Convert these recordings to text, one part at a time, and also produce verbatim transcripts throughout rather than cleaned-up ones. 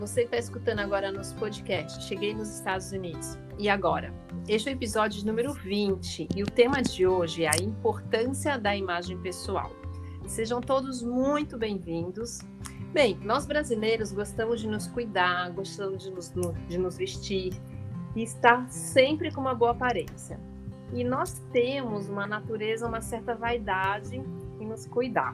Você está escutando agora nosso podcast. Cheguei nos Estados Unidos. E agora? Este é o episódio número vinte e o tema de hoje é a importância da imagem pessoal. Sejam todos muito bem-vindos. Bem, nós brasileiros gostamos de nos cuidar, gostamos de nos, de nos vestir e estar sempre com uma boa aparência. E nós temos uma natureza, uma certa vaidade em nos cuidar.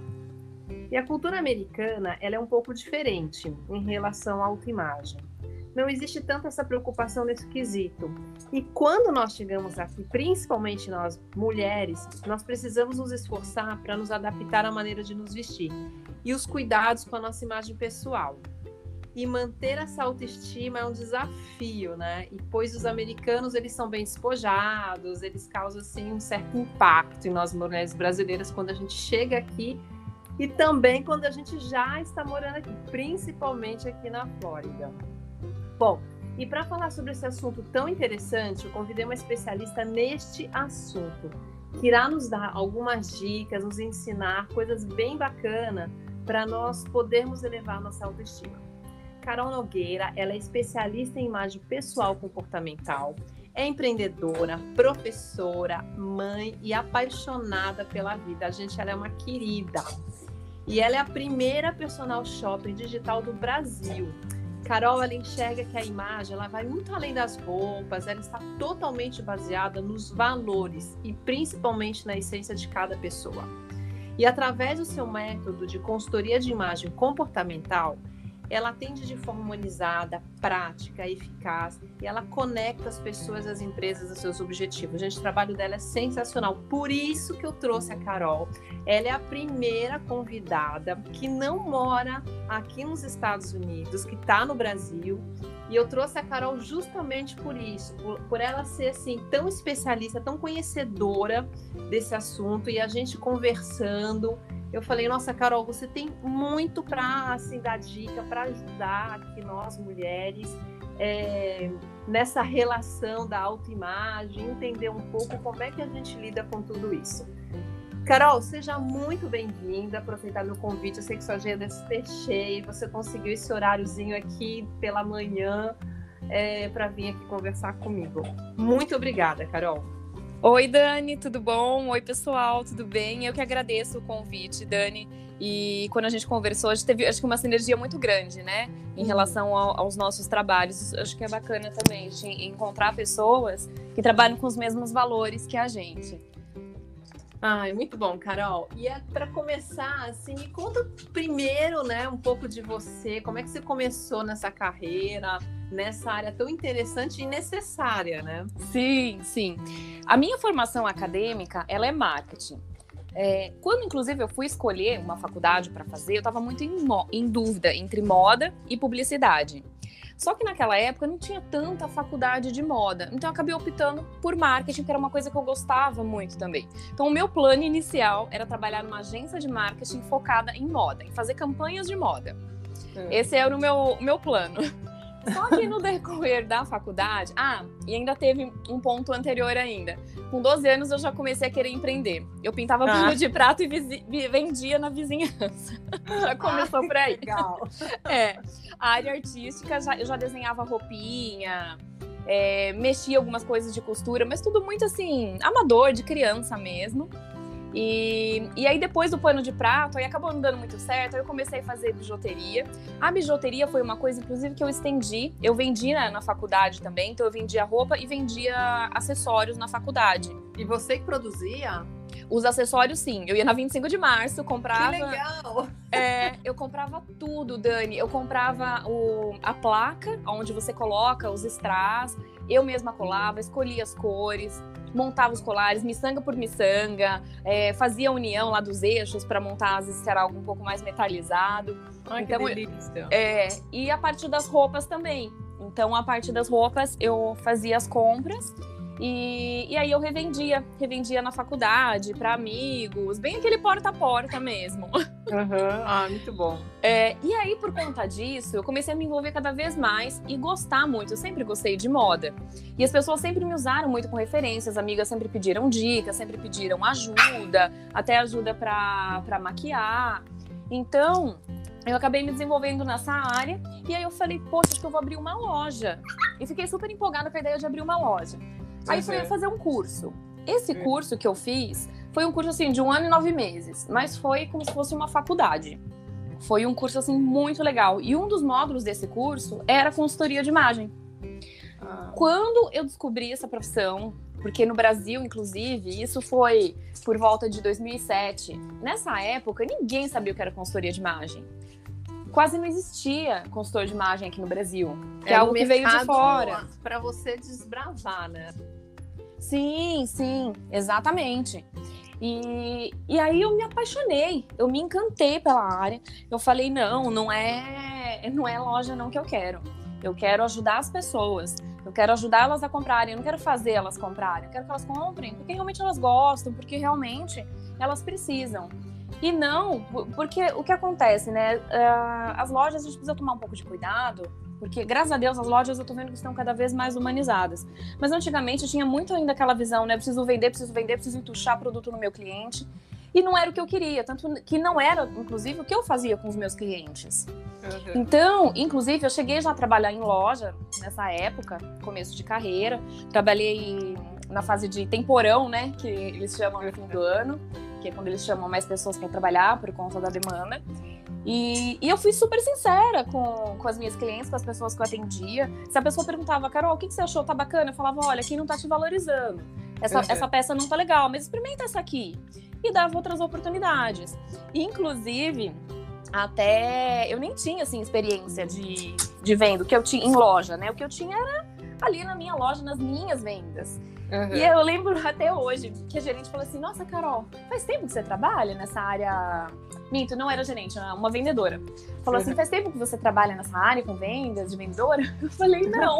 E a cultura americana, ela é um pouco diferente em relação à autoimagem. Não existe tanto essa preocupação nesse quesito. E quando nós chegamos aqui, principalmente nós mulheres, nós precisamos nos esforçar para nos adaptar à maneira de nos vestir e os cuidados com a nossa imagem pessoal. E manter essa autoestima é um desafio, né? E pois os americanos, eles são bem despojados, eles causam assim um certo impacto em nós mulheres brasileiras quando a gente chega aqui e também quando a gente já está morando aqui, principalmente aqui na Flórida. Bom, e para falar sobre esse assunto tão interessante, eu convidei uma especialista neste assunto, que irá nos dar algumas dicas, nos ensinar coisas bem bacanas para nós podermos elevar nossa autoestima. Carol Nogueira, ela é especialista em imagem pessoal comportamental, é empreendedora, professora, mãe e apaixonada pela vida. A gente, ela é uma querida. E ela é a primeira personal shopper digital do Brasil. Carol, ela enxerga que a imagem ela vai muito além das roupas, ela está totalmente baseada nos valores e principalmente na essência de cada pessoa. E através do seu método de consultoria de imagem comportamental, ela atende de forma humanizada, prática, eficaz e ela conecta as pessoas, as empresas aos seus objetivos. Gente, o trabalho dela é sensacional. Por isso que eu trouxe a Carol. Ela é a primeira convidada que não mora aqui nos Estados Unidos, que está no Brasil. E eu trouxe a Carol justamente por isso, por, por ela ser assim, tão especialista, tão conhecedora desse assunto e a gente conversando. Eu falei, nossa, Carol, você tem muito para assim, dar dica, para ajudar aqui nós, mulheres, é, nessa relação da autoimagem, entender um pouco como é que a gente lida com tudo isso. Carol, seja muito bem-vinda, aproveitar meu convite, eu sei que sua agenda é super cheia, você conseguiu esse horáriozinho aqui pela manhã é, para vir aqui conversar comigo. Muito obrigada, Carol. Oi, Dani, tudo bom? Oi, pessoal, tudo bem? Eu que agradeço o convite, Dani. E quando a gente conversou, a gente teve, acho que uma sinergia muito grande, né? Em relação ao, aos nossos trabalhos. Acho que é bacana também a gente encontrar pessoas que trabalham com os mesmos valores que a gente. Ai, muito bom, Carol. E é para começar, assim, me conta primeiro, né, um pouco de você, como é que você começou nessa carreira, nessa área tão interessante e necessária, né? Sim, sim. A minha formação acadêmica, ela é marketing. É, quando, inclusive, eu fui escolher uma faculdade para fazer, eu estava muito em, em dúvida entre moda e publicidade. Só que naquela época não tinha tanta faculdade de moda, então eu acabei optando por marketing, que era uma coisa que eu gostava muito também. Então o meu plano inicial era trabalhar numa agência de marketing focada em moda, em fazer campanhas de moda. Hum. Esse era o meu, o meu plano. Só que no decorrer da faculdade... Ah, e ainda teve um ponto anterior ainda. Com doze anos eu já comecei a querer empreender. Eu pintava ah. pano de prato e vizi- vendia na vizinhança. Já começou por aí. Legal. É, a área artística, já, eu já desenhava roupinha, é, mexia algumas coisas de costura, mas tudo muito assim, amador, de criança mesmo. E, e aí depois do pano de prato, aí acabou não dando muito certo, aí eu comecei a fazer bijuteria. A bijuteria foi uma coisa, inclusive, que eu estendi. Eu vendia na faculdade também, então eu vendia roupa e vendia acessórios na faculdade. E você que produzia? Os acessórios, sim. Eu ia na vinte e cinco de março, comprava... Que legal! É, eu comprava tudo, Dani. Eu comprava o, a placa, onde você coloca os strass. Eu mesma colava, escolhia as cores, montava os colares, miçanga por miçanga, é, fazia a união lá dos eixos para montar, às vezes, era algo um pouco mais metalizado. Ai, então, que delícia! É, e a parte das roupas também. Então, a parte das roupas, eu fazia as compras. E, e aí eu revendia, revendia na faculdade, para amigos, bem aquele porta a porta mesmo. Uhum. Ah, muito bom. É, e aí, por conta disso, eu comecei a me envolver cada vez mais e gostar muito. Eu sempre gostei de moda. E as pessoas sempre me usaram muito com referências, amigas sempre pediram dicas, sempre pediram ajuda, até ajuda para para maquiar. Então, eu acabei me desenvolvendo nessa área, e aí eu falei, poxa, acho que eu vou abrir uma loja. E fiquei super empolgada com a ideia de abrir uma loja. Aí eu falei, vou fazer um curso. Esse curso que eu fiz foi um curso, assim, de um ano e nove meses, mas foi como se fosse uma faculdade. Foi um curso, assim, muito legal. E um dos módulos desse curso era consultoria de imagem. Ah. Quando eu descobri essa profissão, porque no Brasil, inclusive, isso foi por volta de dois mil e sete. Nessa época, ninguém sabia o que era consultoria de imagem. Quase não existia consultor de imagem aqui no Brasil. Que é, é algo que veio de fora. Para você desbravar, né? Sim, sim, exatamente. E, e aí eu me apaixonei, eu me encantei pela área. Eu falei, não, não é, não é loja não que eu quero. Eu quero ajudar as pessoas. Eu quero ajudar elas a comprarem, eu não quero fazer elas comprarem, eu quero que elas comprem porque realmente elas gostam, porque realmente elas precisam. E não, porque o que acontece, né? As lojas a gente precisa tomar um pouco de cuidado, porque graças a Deus as lojas eu tô vendo que estão cada vez mais humanizadas. Mas antigamente tinha muito ainda aquela visão, né? Preciso vender, preciso vender, preciso entuchar produto no meu cliente. E não era o que eu queria, tanto que não era, inclusive, o que eu fazia com os meus clientes. Uhum. Então, inclusive, eu cheguei já a trabalhar em loja nessa época, começo de carreira. Trabalhei na fase de temporão, né, que eles chamam no fim do ano, que é quando eles chamam mais pessoas para trabalhar por conta da demanda. E, e eu fui super sincera com, com as minhas clientes, com as pessoas que eu atendia. Se a pessoa perguntava, Carol, o que, que você achou? Tá bacana? Eu falava, olha, aqui não tá te valorizando. Essa, uhum. essa peça não tá legal, mas experimenta essa aqui. E dava outras oportunidades. Inclusive, até eu nem tinha assim, experiência de, de venda, o que eu tinha em loja, né? O que eu tinha era ali na minha loja, nas minhas vendas. Uhum. E eu lembro até hoje que a gerente falou assim, nossa, Carol, faz tempo que você trabalha nessa área... Minto, não era gerente, era uma vendedora. Falou uhum. assim, faz tempo que você trabalha nessa área com vendas, de vendedora? Eu falei, não.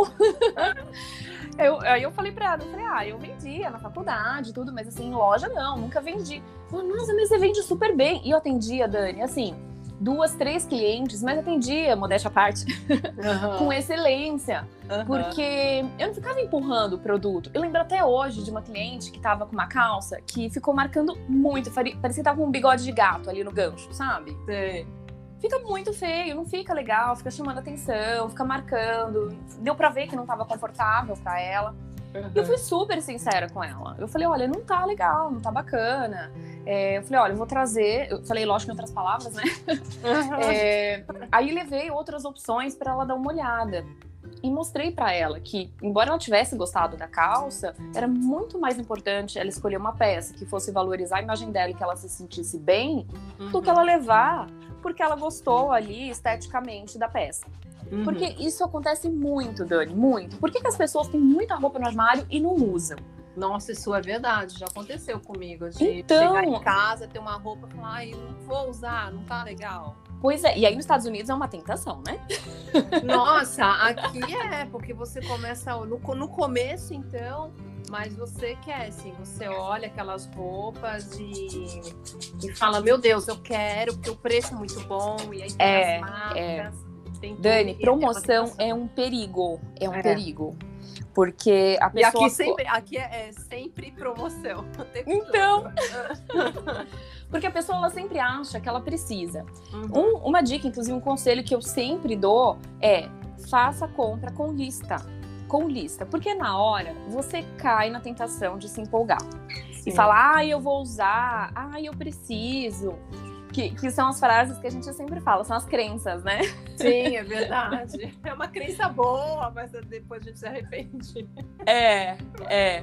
eu, aí eu falei pra ela, eu falei, ah, eu vendia na faculdade, tudo, mas assim, em loja não, nunca vendi. Falou, nossa, mas você vende super bem. E eu atendia, Dani, assim, duas, três clientes, mas atendia, modéstia à parte, uhum. com excelência. Uhum. Porque eu não ficava empurrando o produto. Eu lembro até hoje de uma cliente que tava com uma calça que ficou marcando muito, parecia que tava com um bigode de gato ali no gancho, sabe? Sim. Fica muito feio, não fica legal, fica chamando atenção, fica marcando. Deu pra ver que não tava confortável pra ela. Uhum. E eu fui super sincera com ela. Eu falei, olha, não tá legal, não tá bacana. É, eu falei, olha, eu vou trazer... Eu falei, lógico, em outras palavras, né? Uhum. É, aí levei outras opções pra ela dar uma olhada. E mostrei pra ela que, embora ela tivesse gostado da calça, era muito mais importante ela escolher uma peça que fosse valorizar a imagem dela e que ela se sentisse bem, uhum. do que ela levar porque ela gostou ali esteticamente da peça. Uhum. Porque isso acontece muito, Dani, muito. Por que que as pessoas têm muita roupa no armário e não usam? Nossa, isso é verdade, já aconteceu comigo. De então... chegar em casa, ter uma roupa e falar, ai, eu não vou usar, não tá legal. Pois é, e aí nos Estados Unidos é uma tentação, né? Nossa, aqui é, porque você começa, no, no começo então, mas você quer, assim, você olha aquelas roupas e, e fala, meu Deus, eu quero, porque o preço é muito bom, e aí tem é, as marcas. É. Tem Dani, promoção é um perigo, é um é. perigo. Porque a pessoa... E aqui sempre, aqui é, é sempre promoção. Então... Porque a pessoa, ela sempre acha que ela precisa. Uhum. Um, uma dica, inclusive um conselho que eu sempre dou é faça a compra com lista. Com lista. Porque na hora, você cai na tentação de se empolgar. Sim. E falar, ah, eu vou usar, ah, eu preciso... Que, que são as frases que a gente sempre fala, são as crenças, né? Sim, é verdade. É uma crença boa, mas depois a gente se arrepende. É, é.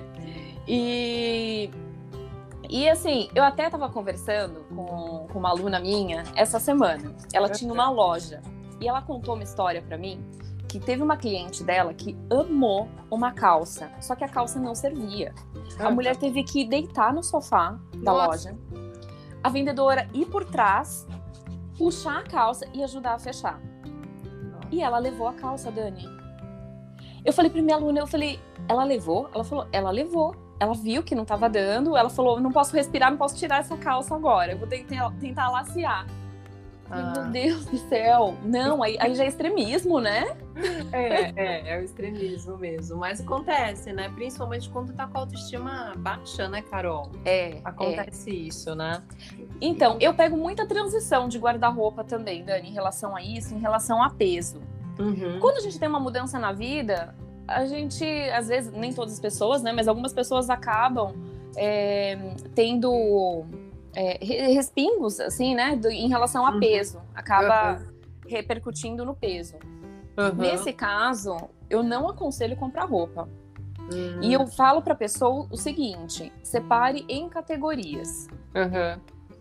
E, e assim, eu até estava conversando com, com uma aluna minha essa semana. Ela tinha uma loja e ela contou uma história para mim que teve uma cliente dela que amou uma calça, só que a calça não servia. A mulher teve que deitar no sofá da Nossa. loja. A vendedora ir por trás, puxar a calça e ajudar a fechar. E ela levou a calça, Dani. Eu falei pra minha aluna, eu falei, ela levou? Ela falou, ela levou. Ela viu que não tava dando, ela falou, não posso respirar, não posso tirar essa calça agora, eu vou tentar, tentar lacear. falei, meu Deus do céu. Não, aí, aí já é extremismo, né? É, é, é o extremismo mesmo. Mas acontece, né? Principalmente quando tá com a autoestima baixa, né, Carol? É. Acontece é. isso, né? Então, eu pego muita transição de guarda-roupa também, Dani, em relação a isso, em relação a peso. Uhum. Quando a gente tem uma mudança na vida, a gente, às vezes, nem todas as pessoas, né? Mas algumas pessoas acabam é, tendo é, respingos, assim, né? Do, em relação a Uhum. peso. Acaba Uhum. repercutindo no peso. Uhum. Nesse caso, eu não aconselho comprar roupa. Uhum. E eu falo para a pessoa o seguinte: separe em categorias. Uhum.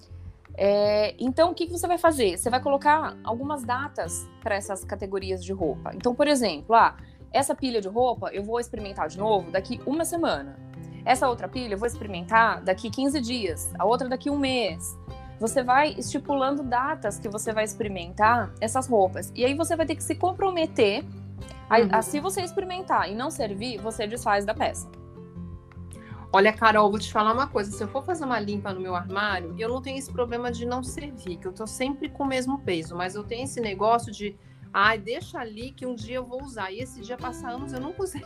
É, então, o que, que você vai fazer? Você vai colocar algumas datas para essas categorias de roupa. Então, por exemplo, ah, essa pilha de roupa eu vou experimentar de novo daqui uma semana. Essa outra pilha eu vou experimentar daqui quinze dias. A outra daqui um mês. Você vai estipulando datas que você vai experimentar essas roupas. E aí você vai ter que se comprometer a, Uhum. a, se você experimentar e não servir, você desfaz da peça. Olha, Carol, vou te falar uma coisa. Se eu for fazer uma limpa no meu armário, eu não tenho esse problema de não servir, que eu tô sempre com o mesmo peso. Mas eu tenho esse negócio de, ai, deixa ali que um dia eu vou usar. E esse dia passa anos eu nunca usei.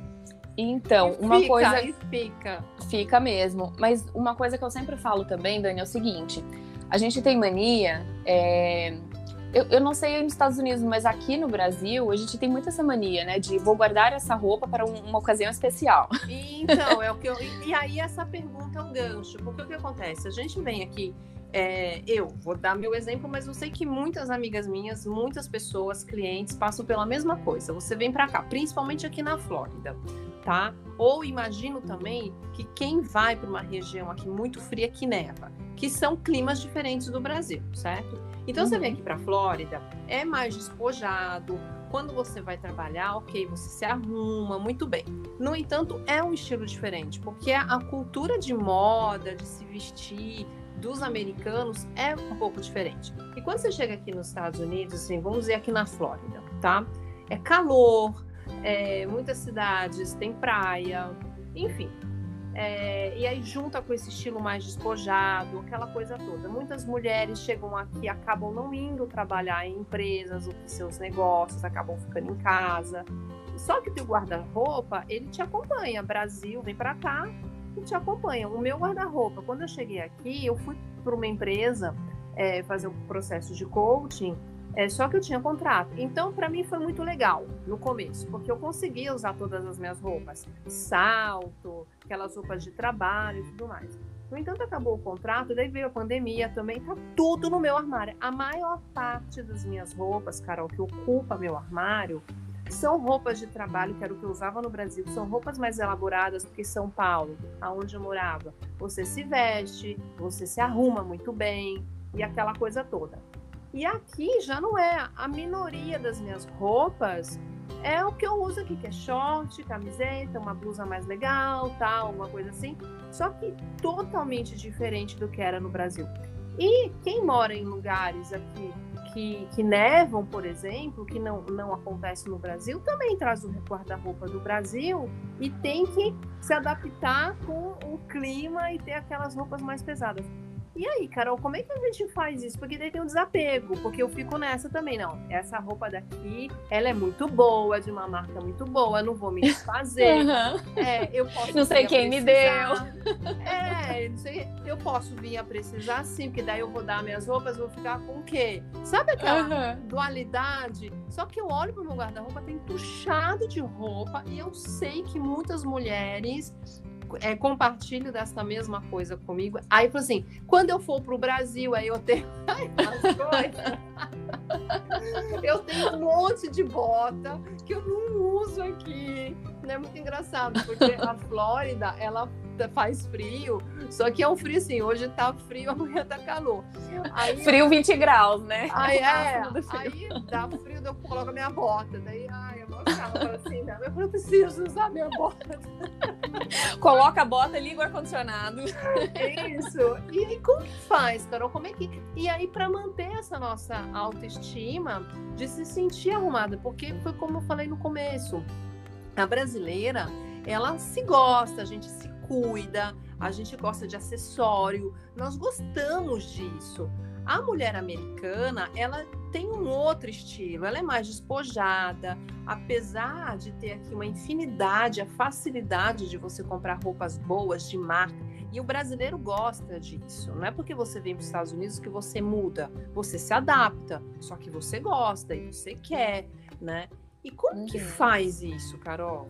Então, E uma fica, coisa... e fica. Fica mesmo. Mas uma coisa que eu sempre falo também, Dani, é o seguinte. A gente tem mania... É... Eu, eu não sei aí nos Estados Unidos, mas aqui no Brasil, a gente tem muito essa mania, né? De vou guardar essa roupa para um, uma ocasião especial. Então, é o que eu... E aí essa pergunta é um gancho. Porque o que acontece? A gente vem aqui... É, eu vou dar meu exemplo, mas eu sei que muitas amigas minhas, muitas pessoas, clientes, passam pela mesma coisa. Você vem para cá, principalmente aqui na Flórida, tá? Ou imagino também que quem vai para uma região aqui muito fria que neva, que são climas diferentes do Brasil, certo? Então, uhum. Você vem aqui para a Flórida, é mais despojado. Quando você vai trabalhar, ok, você se arruma muito bem. No entanto, é um estilo diferente, porque a cultura de moda, de se vestir dos americanos é um pouco diferente. E quando você chega aqui nos Estados Unidos, assim, vamos dizer aqui na Flórida, tá? É calor, é, muitas cidades tem praia, enfim. É, e aí junta com esse estilo mais despojado, aquela coisa toda. Muitas mulheres chegam aqui, acabam não indo trabalhar em empresas ou com seus negócios, acabam ficando em casa. Só que o teu guarda-roupa, ele te acompanha. Brasil, vem pra cá e te acompanha. O meu guarda-roupa, quando eu cheguei aqui, eu fui para uma empresa é, fazer um processo de coaching, é, só que eu tinha contrato. Então, para mim foi muito legal no começo, porque eu conseguia usar todas as minhas roupas, salto, aquelas roupas de trabalho e tudo mais. No entanto, acabou o contrato, daí veio a pandemia também, tá tudo no meu armário. A maior parte das minhas roupas, Carol, que ocupa meu armário, são roupas de trabalho, que era o que eu usava no Brasil, são roupas mais elaboradas, porque São Paulo, aonde eu morava, você se veste, você se arruma muito bem, e aquela coisa toda. E aqui já não é, a minoria das minhas roupas é o que eu uso aqui, que é short, camiseta, uma blusa mais legal, tal, uma coisa assim, só que totalmente diferente do que era no Brasil. E quem mora em lugares aqui Que, que nevam, por exemplo, que não, não acontece no Brasil, também traz o guarda-roupa do Brasil e tem que se adaptar com o clima e ter aquelas roupas mais pesadas. E aí, Carol, como é que a gente faz isso? Porque daí tem um desapego, porque eu fico nessa também, não. Essa roupa daqui, ela é muito boa, de uma marca muito boa, não vou me desfazer. Uhum. É, eu posso não sei quem me deu. É, não sei, eu posso vir a precisar sim, porque daí eu vou dar minhas roupas, vou ficar com o quê? Sabe aquela uhum. dualidade? Só que eu olho pro meu guarda-roupa, tem tuchado de roupa, e eu sei que muitas mulheres É, compartilho dessa mesma coisa comigo. Aí eu falo assim, quando eu for pro Brasil, aí eu tenho as coisas. Eu tenho um monte de bota que eu não uso aqui. Não é muito engraçado, porque a Flórida, ela faz frio, só que é um frio assim, hoje tá frio, amanhã tá calor. Aí, frio vinte graus, né? Aí é, aí dá frio, eu coloco a minha bota, daí, ai, eu vou ficar assim, né? Eu preciso usar minha bota. Coloca a bota, liga o ar-condicionado. Isso. E aí, como que faz, Carol? Como é que... E aí, para manter essa nossa autoestima de se sentir arrumada, porque foi como eu falei no começo, a brasileira, ela se gosta, a gente se cuida, a gente gosta de acessório, nós gostamos disso. A mulher americana, ela tem um outro estilo, ela é mais despojada, apesar de ter aqui uma infinidade, a facilidade de você comprar roupas boas, de marca, e o brasileiro gosta disso. Não é porque você vem para os Estados Unidos que você muda, você se adapta, só que você gosta e você quer, né? E como Uhum. que faz isso, Carol?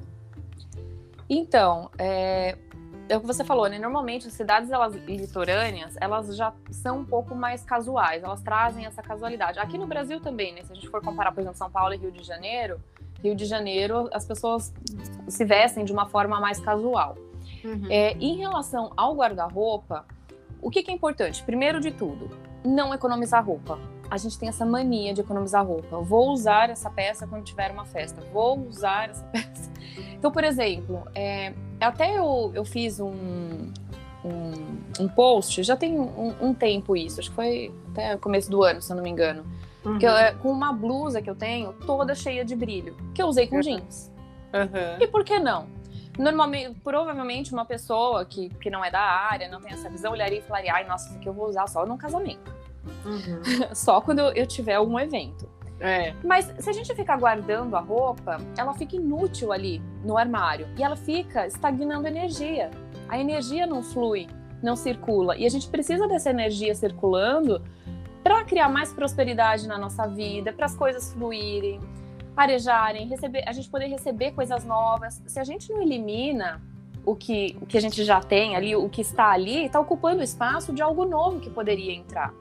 Então, é, é o que você falou, né? Normalmente as cidades elas, litorâneas, elas já são um pouco mais casuais, elas trazem essa casualidade. Aqui no Brasil também, né? Se a gente for comparar, por exemplo, São Paulo e Rio de Janeiro, Rio de Janeiro as pessoas se vestem de uma forma mais casual. Uhum. É, em relação ao guarda-roupa, o que, que é importante? Primeiro de tudo, não economizar roupa. A gente tem essa mania de economizar roupa. Vou usar essa peça quando tiver uma festa. Vou usar essa peça. Então, por exemplo, é, até eu, eu fiz um, um, um post, já tem um, um tempo isso, acho que foi até o começo do ano, se eu não me engano, uhum. que eu, com uma blusa que eu tenho toda cheia de brilho, que eu usei com uhum. jeans. Uhum. E por que não? Normalmente, provavelmente uma pessoa que, que não é da área, não tem essa visão, olharia e falaria, ai, nossa, isso aqui eu vou usar só num casamento. Uhum. Só quando eu tiver algum evento. É. Mas se a gente ficar guardando a roupa, ela fica inútil ali no armário. E ela fica estagnando energia. A energia não flui, não circula. E a gente precisa dessa energia circulando para criar mais prosperidade na nossa vida, para as coisas fluírem, arejarem, receber, a gente poder receber coisas novas. Se a gente não elimina o que, o que a gente já tem ali, o que está ali, está ocupando o espaço de algo novo que poderia entrar.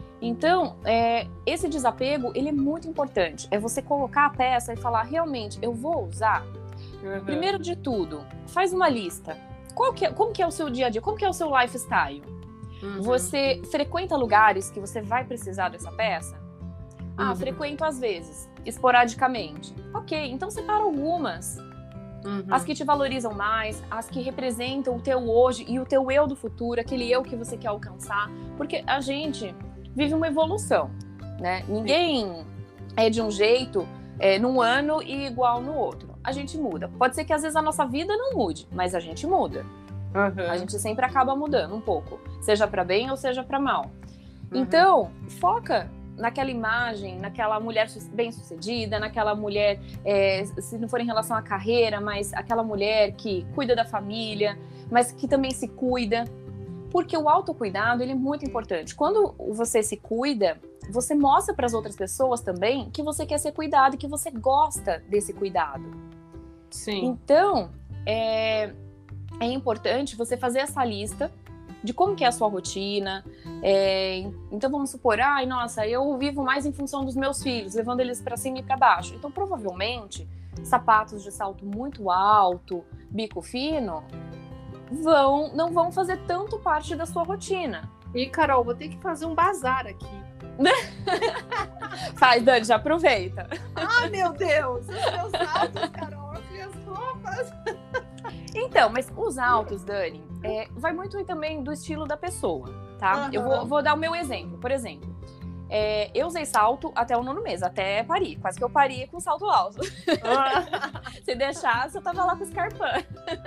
Então, é, esse desapego, ele é muito importante. É você colocar a peça e falar, realmente, eu vou usar? Uhum. Primeiro de tudo, faz uma lista. Qual que é, como que é o seu dia a dia? Como que é o seu lifestyle? Uhum. Você frequenta lugares que você vai precisar dessa peça? Ah, uhum. frequento às vezes, esporadicamente. Ok, então separa algumas. Uhum. As que te valorizam mais, as que representam o teu hoje e o teu eu do futuro, aquele eu que você quer alcançar. Porque a gente vive uma evolução, né? Ninguém é de um jeito é, num ano e igual no outro. A gente muda. Pode ser que às vezes a nossa vida não mude, mas a gente muda. Uhum. A gente sempre acaba mudando um pouco, seja para bem ou seja para mal. Uhum. Então, foca naquela imagem, naquela mulher bem-sucedida, naquela mulher, é, se não for em relação à carreira, mas aquela mulher que cuida da família, mas que também se cuida. Porque o autocuidado, ele é muito importante. Quando você se cuida, você mostra para as outras pessoas também que você quer ser cuidado e que você gosta desse cuidado. Sim. Então, é, é importante você fazer essa lista de como que é a sua rotina. É, então, vamos supor, ai, nossa, eu vivo mais em função dos meus filhos, levando eles para cima e para baixo. Então, provavelmente, sapatos de salto muito alto, bico fino, vão, não vão fazer tanto parte da sua rotina. E, Carol, vou ter que fazer um bazar aqui. Faz, Dani, já aproveita. Ai, meu Deus! Os meus saltos, Carol, as minhas roupas. Então, mas os altos, Dani, é, vai muito também do estilo da pessoa, tá? Uhum. Eu vou, vou dar o meu exemplo. Por exemplo, é, eu usei salto até o nono mês, até parir. Quase que eu pari com salto alto. Uhum. Se deixasse, eu tava lá com escarpão.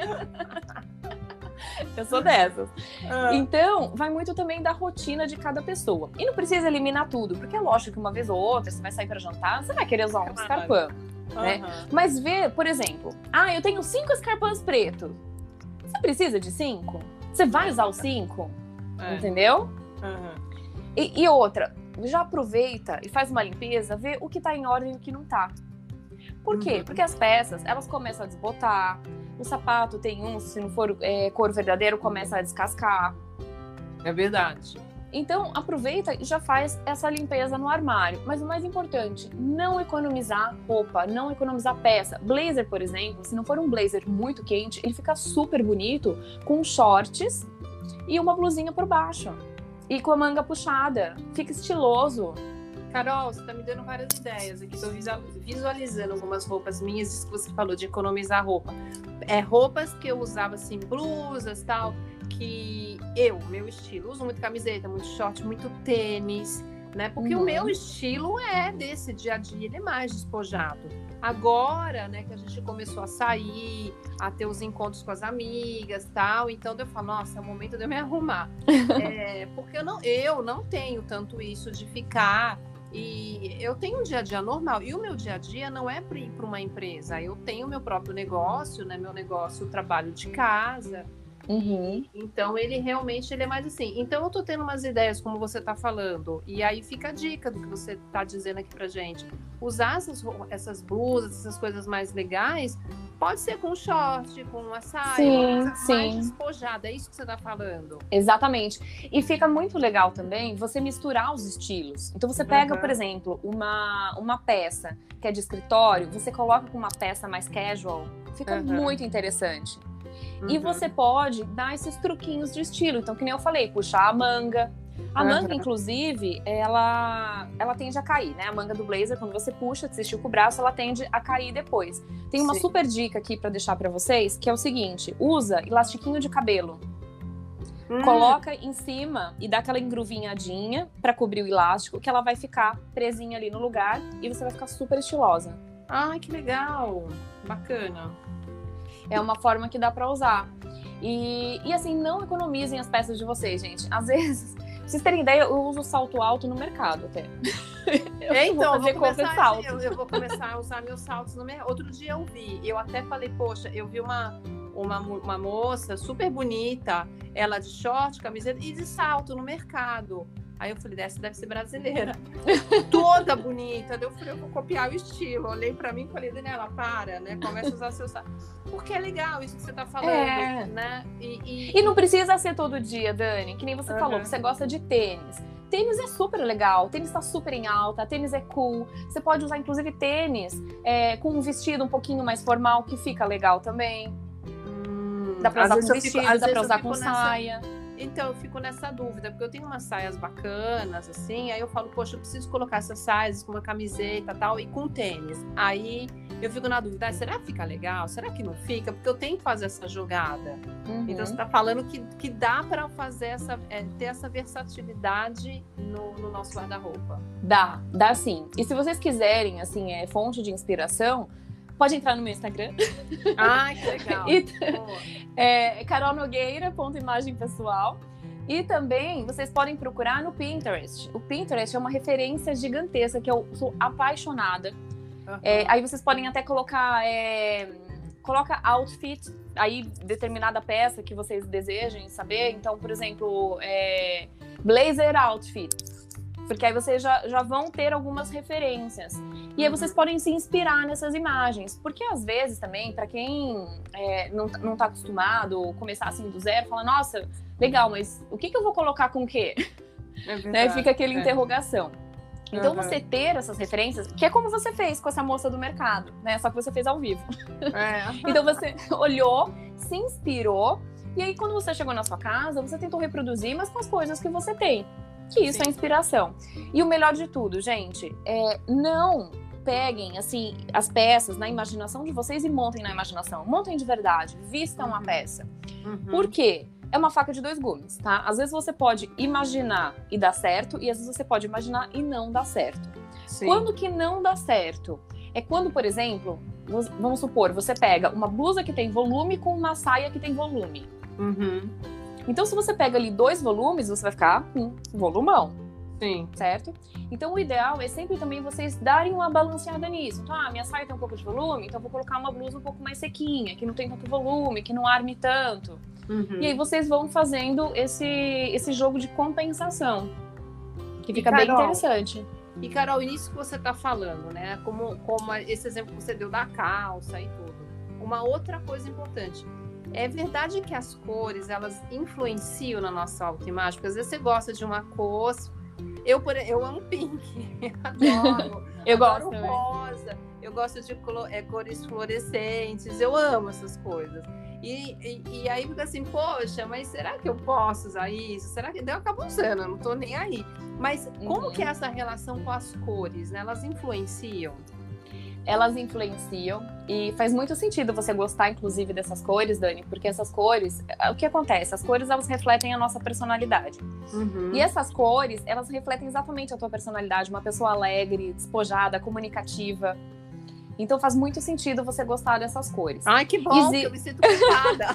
Eu sou dessas. Uhum. Então, vai muito também da rotina de cada pessoa. E não precisa eliminar tudo, porque é lógico que uma vez ou outra, você vai sair pra jantar, você vai querer usar um escarpão. Né? Uhum. Mas vê, por exemplo, ah, eu tenho cinco escarpãs pretos. Você precisa de cinco? Você vai usar os cinco? É. Entendeu? Uhum. E, e outra, já aproveita e faz uma limpeza, vê o que tá em ordem e o que não tá. Por quê? Uhum. Porque as peças, elas começam a desbotar, o sapato tem um, se não for é, couro verdadeiro, começa a descascar. É verdade. Então, aproveita e já faz essa limpeza no armário. Mas o mais importante, não economizar roupa, não economizar peça. Blazer, por exemplo, se não for um blazer muito quente, ele fica super bonito com shorts e uma blusinha por baixo. E com a manga puxada. Fica estiloso. Carol, você tá me dando várias ideias aqui. Tô visualizando algumas roupas minhas, isso que você falou de economizar roupa. É, roupas que eu usava, assim, blusas e tal, que eu, meu estilo, uso muito camiseta, muito short, muito tênis, né? Porque uhum. o meu estilo é desse dia a dia, ele é mais despojado. Agora, né, que a gente começou a sair, a ter os encontros com as amigas e tal, então eu falo, nossa, é o momento de eu me arrumar. é, porque eu não, eu não tenho tanto isso de ficar, e eu tenho um dia a dia normal, e o meu dia a dia não é para ir para uma empresa, eu tenho meu próprio negócio, né, meu negócio, eu trabalho de casa. Uhum. Então ele realmente ele é mais assim. Então eu tô tendo umas ideias como você tá falando, e aí fica a dica do que você tá dizendo aqui pra gente. Usar essas, essas blusas, essas coisas mais legais, pode ser com short, com uma saia, sim, uma coisa sim. mais despojada, é isso que você tá falando. Exatamente. E fica muito legal também você misturar os estilos. Então você pega, uhum. por exemplo, uma, uma peça que é de escritório, você coloca com uma peça mais casual, fica uhum. muito interessante. Uhum. E você pode dar esses truquinhos de estilo. Então, que nem eu falei, puxar a manga. A uhum. manga, inclusive, ela, ela tende a cair, né? A manga do blazer, quando você puxa, você estica o braço, ela tende a cair depois. Tem uma Sim. super dica aqui pra deixar pra vocês, que é o seguinte: usa elastiquinho de cabelo. Hum. Coloca em cima e dá aquela engruvinhadinha pra cobrir o elástico, que ela vai ficar presinha ali no lugar e você vai ficar super estilosa. Ai, que legal! Bacana. É uma forma que dá pra usar. E, e assim, não economizem as peças de vocês, gente. Às vezes, pra vocês terem ideia, eu uso salto alto no mercado até. eu é, então, vou fazer vou começar, de salto. Eu, eu vou começar a usar meus saltos no mercado. Outro dia eu vi, eu até falei, poxa, eu vi uma, uma, uma moça super bonita, ela de short, camiseta e de salto no mercado. Aí eu falei, essa deve ser brasileira. Toda bonita. Daí eu falei, eu vou copiar o estilo. Olhei pra mim e falei, Daniela, para, né? Começa a usar seu salto. Porque é legal isso que você tá falando, é. né? E, e... e não precisa ser todo dia, Dani. Que nem você uhum. falou, que você gosta de tênis. Tênis é super legal, tênis tá super em alta, tênis é cool. Você pode usar, inclusive, tênis é, com um vestido um pouquinho mais formal, que fica legal também. Hum, dá pra usar com vestido, fico, dá pra usar com nessa... saia. Então, eu fico nessa dúvida, porque eu tenho umas saias bacanas, assim, aí eu falo, poxa, eu preciso colocar essas saias com uma camiseta e tal, e com tênis. Aí eu fico na dúvida, ah, será que fica legal? Será que não fica? Porque eu tenho que fazer essa jogada. Uhum. Então, você tá falando que, que dá para fazer essa, é, ter essa versatilidade no, no nosso guarda-roupa. Dá, dá sim. E se vocês quiserem, assim, é fonte de inspiração, pode entrar no meu Instagram. Ai, que legal. e, é carol nogueira ponto imagem pessoal. E também vocês podem procurar no Pinterest. O Pinterest é uma referência gigantesca que eu sou apaixonada. Uhum. É, aí vocês podem até colocar... É, coloca outfit, aí determinada peça que vocês desejem saber. Então, por exemplo, é, blazer outfit. Porque aí vocês já, já vão ter algumas referências. E aí vocês podem se inspirar nessas imagens. Porque às vezes também, para quem é, não, não tá acostumado, começar assim do zero, fala, nossa, legal, mas o que, que eu vou colocar com o quê? É verdade, né? Fica aquela é. interrogação. Então, uhum. você ter essas referências, que é como você fez com essa moça do mercado, né? Só que você fez ao vivo. É. Então, você olhou, se inspirou, e aí quando você chegou na sua casa, você tentou reproduzir, mas com as coisas que você tem. Que isso Sim. é inspiração. E o melhor de tudo, gente, é não peguem, assim, as peças na imaginação de vocês e montem na imaginação. Montem de verdade, vistam uhum. a peça. Uhum. Por quê? É uma faca de dois gumes, tá? Às vezes você pode imaginar e dar certo, e às vezes você pode imaginar e não dar certo. Sim. Quando que não dá certo? É quando, por exemplo, vamos supor, você pega uma blusa que tem volume com uma saia que tem volume. Uhum. Então, se você pega ali dois volumes, você vai ficar com um volumão. Sim. Certo? Então, o ideal é sempre também vocês darem uma balanceada nisso. Então, ah, minha saia tem um pouco de volume, então eu vou colocar uma blusa um pouco mais sequinha, que não tem tanto volume, que não arme tanto. Uhum. E aí vocês vão fazendo esse, esse jogo de compensação, que fica Carol, bem interessante. E, Carol, isso que você está falando, né? Como, como esse exemplo que você deu da calça e tudo. Uma outra coisa importante. É verdade que as cores, elas influenciam na nossa autoimagem? Porque às vezes você gosta de uma cor... Eu, eu amo pink, eu adoro. eu adoro gosto rosa. Eu gosto de é, cores fluorescentes. Eu amo essas coisas. E, e, e aí fica assim, poxa, mas será que eu posso usar isso? Será que... Eu acabo usando, eu não tô nem aí. Mas como uhum. que é essa relação com as cores, né? Elas influenciam? elas influenciam e faz muito sentido você gostar, inclusive, dessas cores, Dani, porque essas cores, o que acontece? As cores, elas refletem a nossa personalidade. Uhum. E essas cores, elas refletem exatamente a tua personalidade, uma pessoa alegre, despojada, comunicativa. Então faz muito sentido você gostar dessas cores. Ai, que bom, Exi... que eu me sinto culpada.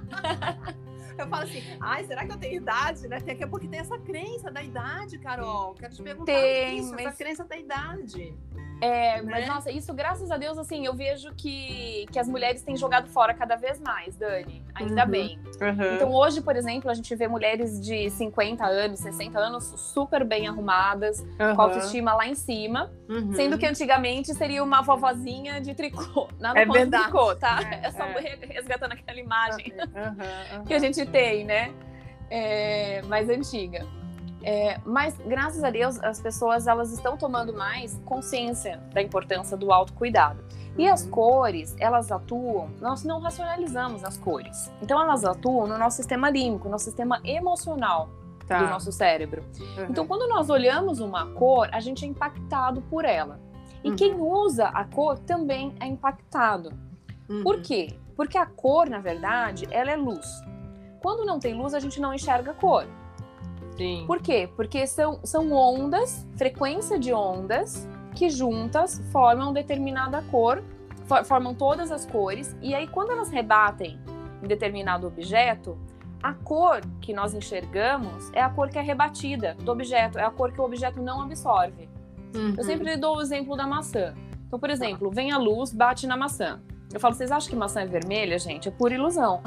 Eu falo assim, ai, será que eu tenho idade, né? Tem, porque tem essa crença da idade, Carol. Quero te perguntar tem, isso, mas... essa crença da idade. É, né? Mas, nossa, isso, graças a Deus, assim, eu vejo que, que as mulheres têm jogado fora cada vez mais, Dani. Ainda uhum. bem. Uhum. Então, hoje, por exemplo, a gente vê mulheres de cinquenta anos, sessenta anos, super bem arrumadas, uhum. com a autoestima lá em cima, uhum. sendo que antigamente seria uma vovozinha de tricô. Nada é contra verdade. tricô, tá? É, é só é. resgatando aquela imagem uhum. Uhum. que a gente tem, né? É, mais antiga. É, mas, graças a Deus, as pessoas elas estão tomando mais consciência da importância do autocuidado. E as cores, elas atuam, nós não racionalizamos as cores. Então, elas atuam no nosso sistema límbico, no nosso sistema emocional tá. do nosso cérebro. Uhum. Então, quando nós olhamos uma cor, a gente é impactado por ela. E uhum. quem usa a cor também é impactado. Uhum. Por quê? Porque a cor, na verdade, ela é luz. Quando não tem luz, a gente não enxerga a cor. Sim. Por quê? Porque são, são ondas, frequência de ondas, que juntas formam determinada cor, for, formam todas as cores, e aí quando elas rebatem em determinado objeto, a cor que nós enxergamos é a cor que é rebatida do objeto, é a cor que o objeto não absorve. Uhum. Eu sempre dou o exemplo da maçã. Então, por exemplo, vem a luz, bate na maçã. Eu falo, vocês acham que maçã é vermelha, gente? É pura ilusão.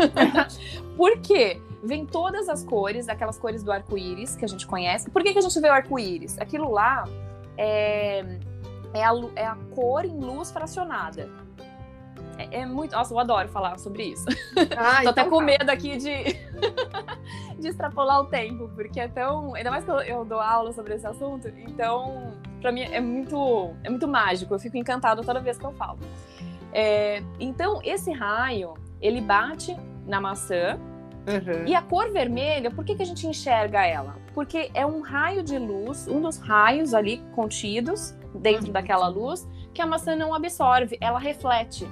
Por quê? Vem todas as cores, aquelas cores do arco-íris que a gente conhece. Por que, que a gente vê o arco-íris? Aquilo lá é, é, a, é a cor em luz fracionada. É, é muito... Nossa, eu adoro falar sobre isso. Ah, Tô então até com tá. medo aqui de... de extrapolar o tempo, porque é tão... Ainda mais que eu, eu dou aula sobre esse assunto, então, pra mim é muito, é muito mágico. Eu fico encantada toda vez que eu falo. É, então, esse raio, ele bate na maçã. Uhum. E a cor vermelha, por que, que a gente enxerga ela? Porque é um raio de luz, um dos raios ali contidos dentro uhum. daquela luz, que a maçã não absorve, ela reflete.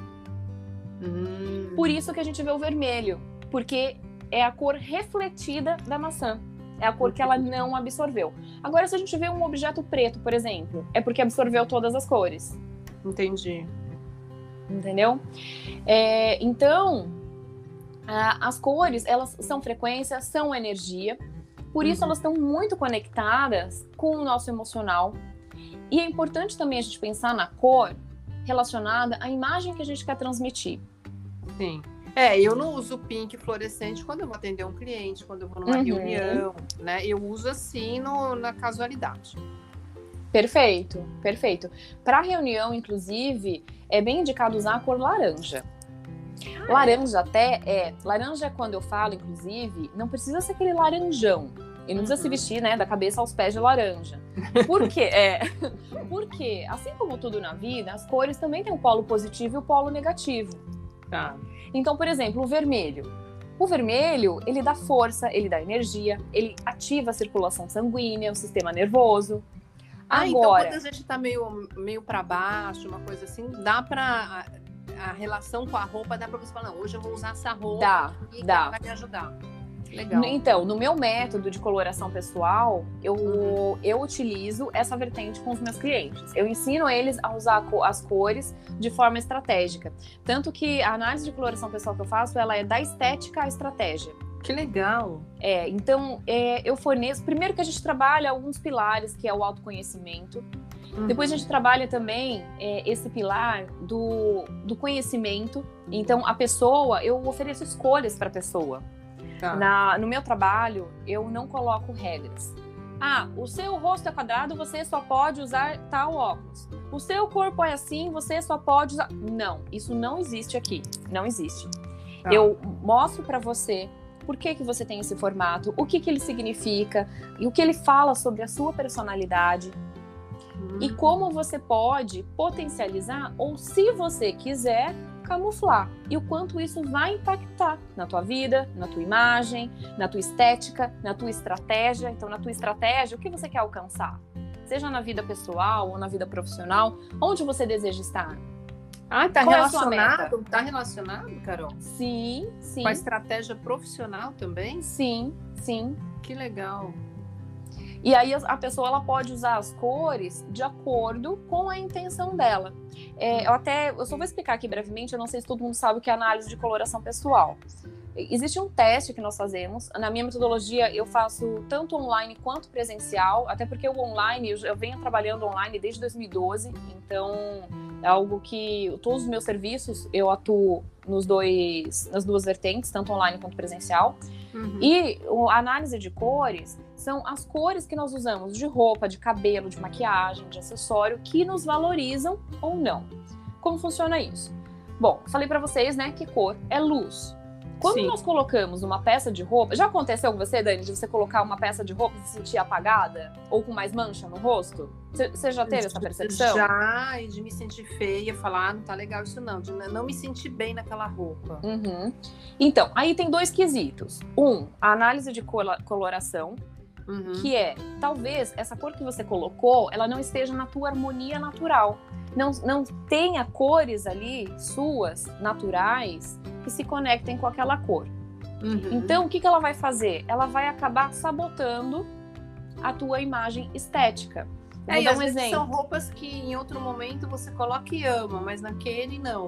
Uhum. Por isso que a gente vê o vermelho, porque é a cor refletida da maçã. É a cor uhum. que ela não absorveu. Agora, se a gente vê um objeto preto, por exemplo, é porque absorveu todas as cores. Entendi. Entendeu? É, então... as cores, elas são frequência, são energia, por isso uhum. elas estão muito conectadas com o nosso emocional. E é importante também a gente pensar na cor relacionada à imagem que a gente quer transmitir. Sim. É, eu não uso pink fluorescente quando eu vou atender um cliente, quando eu vou numa uhum. reunião, né? Eu uso assim no, na casualidade. Perfeito, perfeito. Para reunião, inclusive, é bem indicado usar a cor laranja. Laranja até é... Laranja, quando eu falo, inclusive, não precisa ser aquele laranjão. E não precisa uhum. se vestir, né, da cabeça aos pés de laranja. Por quê? É, porque, assim como tudo na vida, as cores também têm o polo positivo e o polo negativo. Tá. Então, por exemplo, o vermelho. O vermelho, ele dá força, ele dá energia, ele ativa a circulação sanguínea, o sistema nervoso. Ah, Agora, então quando a gente tá meio, meio para baixo, uma coisa assim, dá pra... a relação com a roupa, dá pra você falar, não, hoje eu vou usar essa roupa dá, e dá. vai me ajudar. Legal. Então, no meu método de coloração pessoal, eu, uhum. eu utilizo essa vertente com os meus clientes. Eu ensino eles a usar as cores de forma estratégica. Tanto que a análise de coloração pessoal que eu faço, ela é da estética à estratégia. Que legal! É, então, é, eu forneço... Primeiro que a gente trabalha alguns pilares, que é o autoconhecimento. Uhum. Depois a gente trabalha também é, esse pilar do, do conhecimento. Então, a pessoa, eu ofereço escolhas para a pessoa. Tá. Na, no meu trabalho, eu não coloco regras. Ah, o seu rosto é quadrado, você só pode usar tal óculos. O seu corpo é assim, você só pode usar... Não, isso não existe aqui. Não existe. Tá. Eu mostro para você por que, que você tem esse formato, o que, que ele significa, e o que ele fala sobre a sua personalidade. Hum. E como você pode potencializar, ou se você quiser, camuflar. E o quanto isso vai impactar na tua vida, na tua imagem, na tua estética, na tua estratégia. Então, na tua estratégia, o que você quer alcançar? seja na vida pessoal ou na vida profissional, onde você deseja estar? Ah, tá Qual é a sua relacionado? Tá relacionado, Carol? Sim, sim. Com a estratégia profissional também? Sim, sim. Que legal. E aí a pessoa ela pode usar as cores de acordo com a intenção dela. É, eu até, eu só vou explicar aqui brevemente, eu não sei se todo mundo sabe o que é análise de coloração pessoal. Existe um teste que nós fazemos. Na minha metodologia, eu faço tanto online quanto presencial, até porque o online, eu venho trabalhando online desde dois mil e doze, então é algo que todos os meus serviços eu atuo nos dois, nas duas vertentes, tanto online quanto presencial. Uhum. E a análise de cores são as cores que nós usamos de roupa, de cabelo, de maquiagem, de acessório, que nos valorizam ou não. Como funciona isso? Bom, falei pra vocês, né, que cor é luz. Quando Sim. nós colocamos uma peça de roupa... Já aconteceu com você, Dani, de você colocar uma peça de roupa e se sentir apagada? Ou com mais mancha no rosto? Você já teve essa percepção? Já, e de me sentir feia, falar, ah, não tá legal isso não. De não me sentir bem naquela roupa. Uhum. Então, aí tem dois quesitos. Um, a análise de coloração, uhum. que é, talvez essa cor que você colocou, ela não esteja na tua harmonia natural. Não, não tenha cores ali, suas, naturais, que se conectem com aquela cor. Uhum. Então, o que, que ela vai fazer? Ela vai acabar sabotando a tua imagem estética. Eu é, vou dar um exemplo. São roupas que em outro momento você coloca e ama, mas naquele não.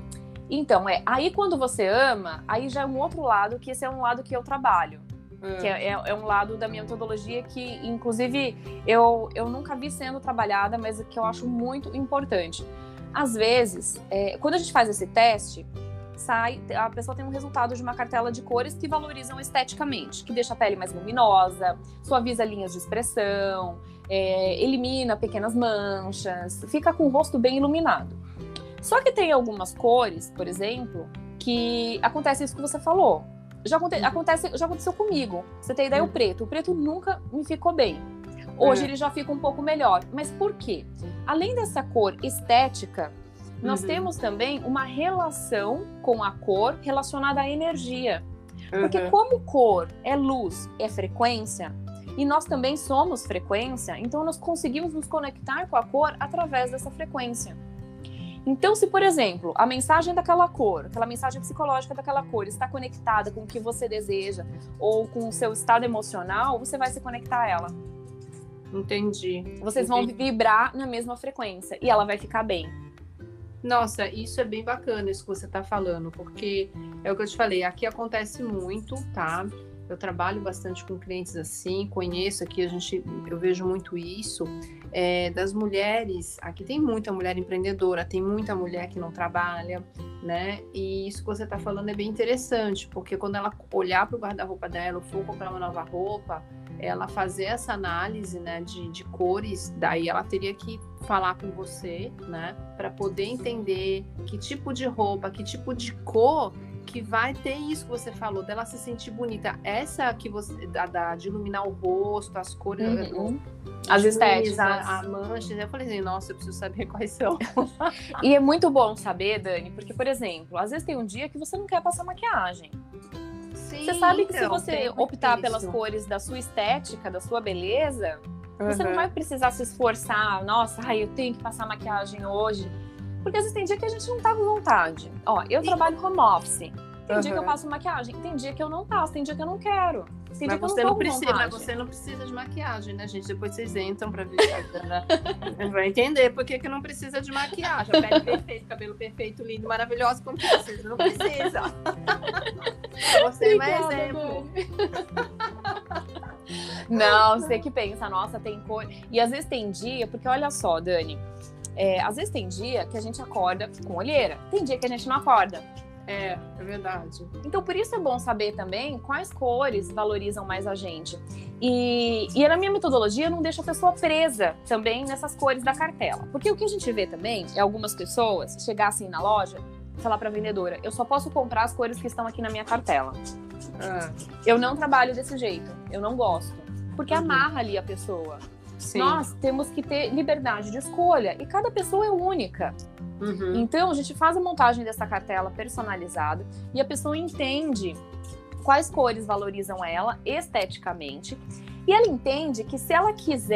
Então, é, aí quando você ama, aí já é um outro lado, que esse é um lado que eu trabalho. Uhum. Que é, é um lado da minha metodologia que, inclusive, eu, eu nunca vi sendo trabalhada, mas que eu acho muito importante. Às vezes, é, quando a gente faz esse teste, sai, a pessoa tem um resultado de uma cartela de cores que valorizam esteticamente, que deixa a pele mais luminosa, suaviza linhas de expressão, é, elimina pequenas manchas, fica com o rosto bem iluminado. Só que tem algumas cores, por exemplo, que acontece isso que você falou. Já, aconte, acontece, já aconteceu comigo. Você tem ideia, o preto. O preto nunca me ficou bem. Hoje é. ele já fica um pouco melhor. Mas por quê? Além dessa cor estética, nós uhum. temos também uma relação com a cor relacionada à energia. Uhum. Porque como cor é luz, é frequência, e nós também somos frequência, então nós conseguimos nos conectar com a cor através dessa frequência. Então, se, por exemplo, a mensagem daquela cor, aquela mensagem psicológica daquela cor está conectada com o que você deseja ou com o seu estado emocional, você vai se conectar a ela. Entendi. Vocês Entendi. vão vibrar na mesma frequência e ela vai ficar bem. Nossa, isso é bem bacana, isso que você está falando, porque é o que eu te falei, aqui acontece muito, tá? Eu trabalho bastante com clientes assim, conheço aqui, a gente, eu vejo muito isso, é, das mulheres, aqui tem muita mulher empreendedora, tem muita mulher que não trabalha, né? E isso que você está falando é bem interessante, porque quando ela olhar para o guarda-roupa dela ou for comprar uma nova roupa, ela fazer essa análise, né, de, de cores, daí ela teria que falar com você, né, para poder entender que tipo de roupa, que tipo de cor que vai ter isso que você falou, dela se sentir bonita. Essa que você, da, da, de iluminar o rosto, as cores, uhum. as estéticas, a, a mancha. Eu falei assim, nossa, eu preciso saber quais são. E é muito bom saber, Dani, porque, por exemplo, às vezes tem um dia que você não quer passar maquiagem. Sim, você sabe que então, se você optar pelas cores da sua estética, da sua beleza, uhum. você não vai precisar se esforçar. Nossa, ai, eu tenho que passar maquiagem hoje. Porque às vezes tem dia que a gente não tá com vontade. Ó, eu trabalho home office. Tem uhum. dia que eu passo maquiagem, tem dia que eu não passo, tem dia que eu não quero. Tem mas dia que você eu não, não precisa, mas você não precisa de maquiagem, né, gente? Depois vocês entram pra ver. Vai entender por que que não precisa de maquiagem. A pele perfeita, cabelo perfeito, lindo, maravilhoso, como que precisa? Não precisa. Você é um exemplo. Não, você que pensa, nossa, tem cor. E às vezes tem dia, porque olha só, Dani, é, às vezes tem dia que a gente acorda com olheira, tem dia que a gente não acorda. É, é verdade. Então, por isso é bom saber também quais cores valorizam mais a gente. E, e na minha metodologia, eu não deixo a pessoa presa também nessas cores da cartela. Porque o que a gente vê também é algumas pessoas chegar assim na loja e falar para a vendedora, eu só posso comprar as cores que estão aqui na minha cartela. Ah. Eu não trabalho desse jeito, eu não gosto. Porque uhum. amarra ali a pessoa. Sim. Nós temos que ter liberdade de escolha e cada pessoa é única. Uhum. Então, a gente faz a montagem dessa cartela personalizada e a pessoa entende quais cores valorizam ela esteticamente e ela entende que se ela quiser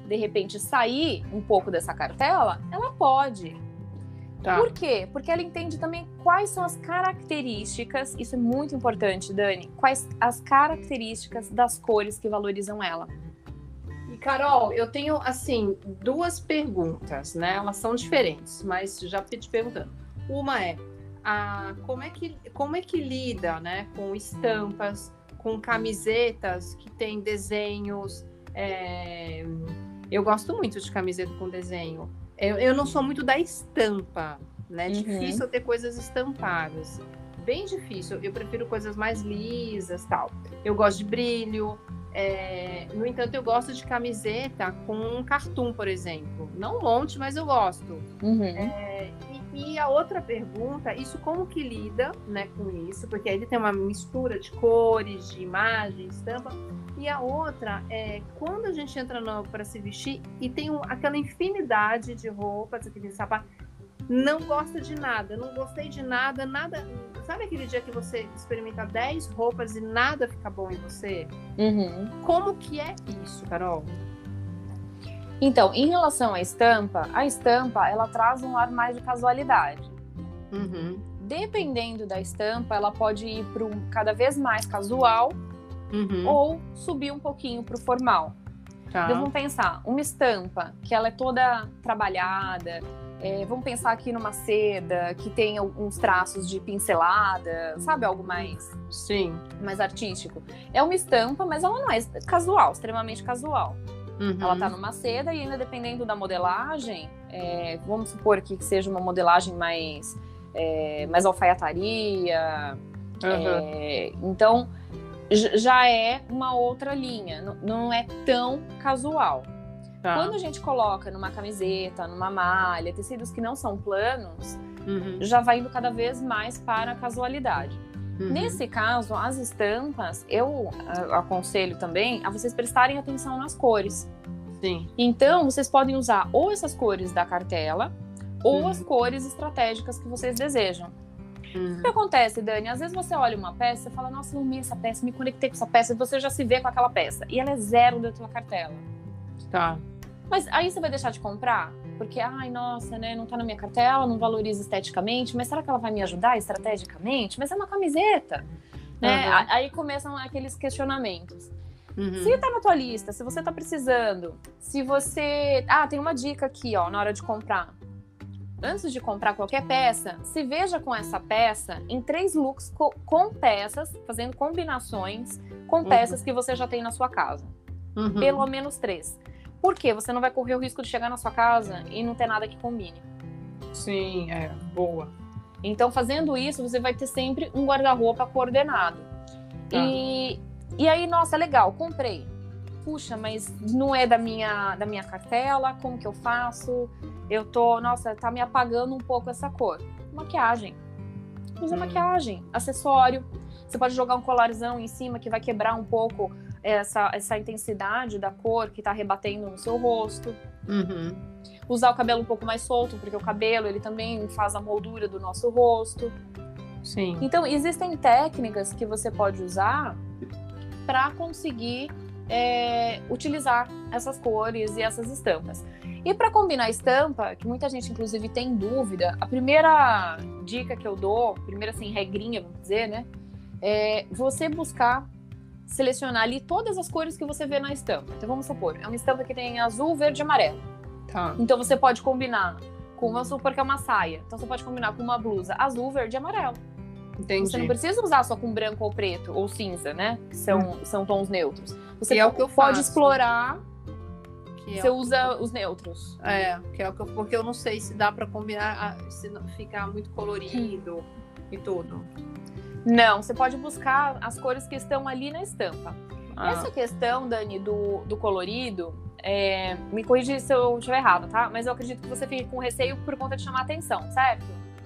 de repente, sair um pouco dessa cartela, ela pode. Tá. Por quê? Porque ela entende também quais são as características, isso é muito importante, Dani, quais as características das cores que valorizam ela. E, Carol, eu tenho, assim, duas perguntas, né? Elas são diferentes, mas já te perguntando. Uma é, a, como, é que, como é que lida, né, com estampas, com camisetas que tem desenhos... É... Eu gosto muito de camiseta com desenho. Eu, eu não sou muito da estampa, né? É uhum. difícil eu ter coisas estampadas. Bem difícil. Eu prefiro coisas mais lisas, tal. Eu gosto de brilho. É... No entanto, eu gosto de camiseta com um cartoon, por exemplo. Não um monte, mas eu gosto. Uhum. É... E, e a outra pergunta, isso como que lida, né, com isso? Porque aí ele tem uma mistura de cores, de imagem, estampa. E a outra é quando a gente entra para se vestir e tem um, aquela infinidade de roupas, aquele sapato, não gosta de nada, não gostei de nada, nada. Sabe aquele dia que você experimenta dez roupas e nada fica bom em você? Uhum. Como que é isso, Carol? Então, em relação à estampa, a estampa ela traz um ar mais de casualidade. Uhum. Dependendo da estampa, ela pode ir para um cada vez mais casual. Uhum. Ou subir um pouquinho para o formal. Tá. Então vamos pensar, uma estampa que ela é toda trabalhada, é, vamos pensar aqui numa seda que tem uns traços de pincelada, sabe, algo mais, sim, mais artístico. É uma estampa, mas ela não é casual, extremamente casual. Uhum. Ela tá numa seda e ainda dependendo da modelagem, é, vamos supor aqui que seja uma modelagem mais, é, mais alfaiataria. Uhum. É, então já é uma outra linha, não é tão casual. Tá. Quando a gente coloca numa camiseta, numa malha, tecidos que não são planos, uhum. já vai indo cada vez mais para a casualidade. Uhum. Nesse caso, as estampas, eu aconselho também a vocês prestarem atenção nas cores. Sim. Então, vocês podem usar ou essas cores da cartela, ou uhum. as cores estratégicas que vocês desejam. Uhum. O que acontece, Dani? Às vezes você olha uma peça e fala, nossa, eu amei essa peça, me conectei com essa peça, e você já se vê com aquela peça. E ela é zero da tua cartela. Tá. Mas aí você vai deixar de comprar? Porque, ai, nossa, né, não tá na minha cartela, não valoriza esteticamente, mas será que ela vai me ajudar estrategicamente? Mas é uma camiseta, né? Uhum. Aí começam aqueles questionamentos. Uhum. Se tá na tua lista, se você tá precisando, se você... Ah, tem uma dica aqui, ó, na hora de comprar. Antes de comprar qualquer peça, se veja com essa peça em três looks co- com peças, fazendo combinações com peças uhum. que você já tem na sua casa. Uhum. Pelo menos três. Por quê? Você não vai correr o risco de chegar na sua casa e não ter nada que combine. Sim, é. Boa. Então, fazendo isso, você vai ter sempre um guarda-roupa coordenado. Tá. E, e aí, nossa, legal, comprei. Puxa, mas não é da minha, da minha cartela, como que eu faço? Eu tô, nossa, tá me apagando um pouco essa cor. Maquiagem. Usa hum. maquiagem, acessório. Você pode jogar um colarzão em cima que vai quebrar um pouco essa, essa intensidade da cor que tá rebatendo no seu rosto. Uhum. Usar o cabelo um pouco mais solto, porque o cabelo, ele também faz a moldura do nosso rosto. Sim. Então, existem técnicas que você pode usar para conseguir é, utilizar essas cores e essas estampas. E para combinar a estampa, que muita gente inclusive tem dúvida, a primeira dica que eu dou, a primeira assim, regrinha, vamos dizer, né, é você buscar selecionar ali todas as cores que você vê na estampa. Então vamos supor, é uma estampa que tem azul, verde e amarelo. Tá. Então você pode combinar com, vamos supor que é uma saia, então você pode combinar com uma blusa azul, verde e amarelo. Entendi. Você não precisa usar só com branco ou preto ou cinza, né? Que são, hum. são tons neutros. Você que é o que eu pode faço. explorar. Que você é usa eu... os neutros. É, que é o que eu... porque eu não sei se dá para combinar, se não ficar muito colorido e tudo. Não, você pode buscar as cores que estão ali na estampa. Ah. Essa questão, Dani, do, do colorido, é... me corrija se eu estiver errado, tá? Mas eu acredito que você fique com receio por conta de chamar atenção, certo?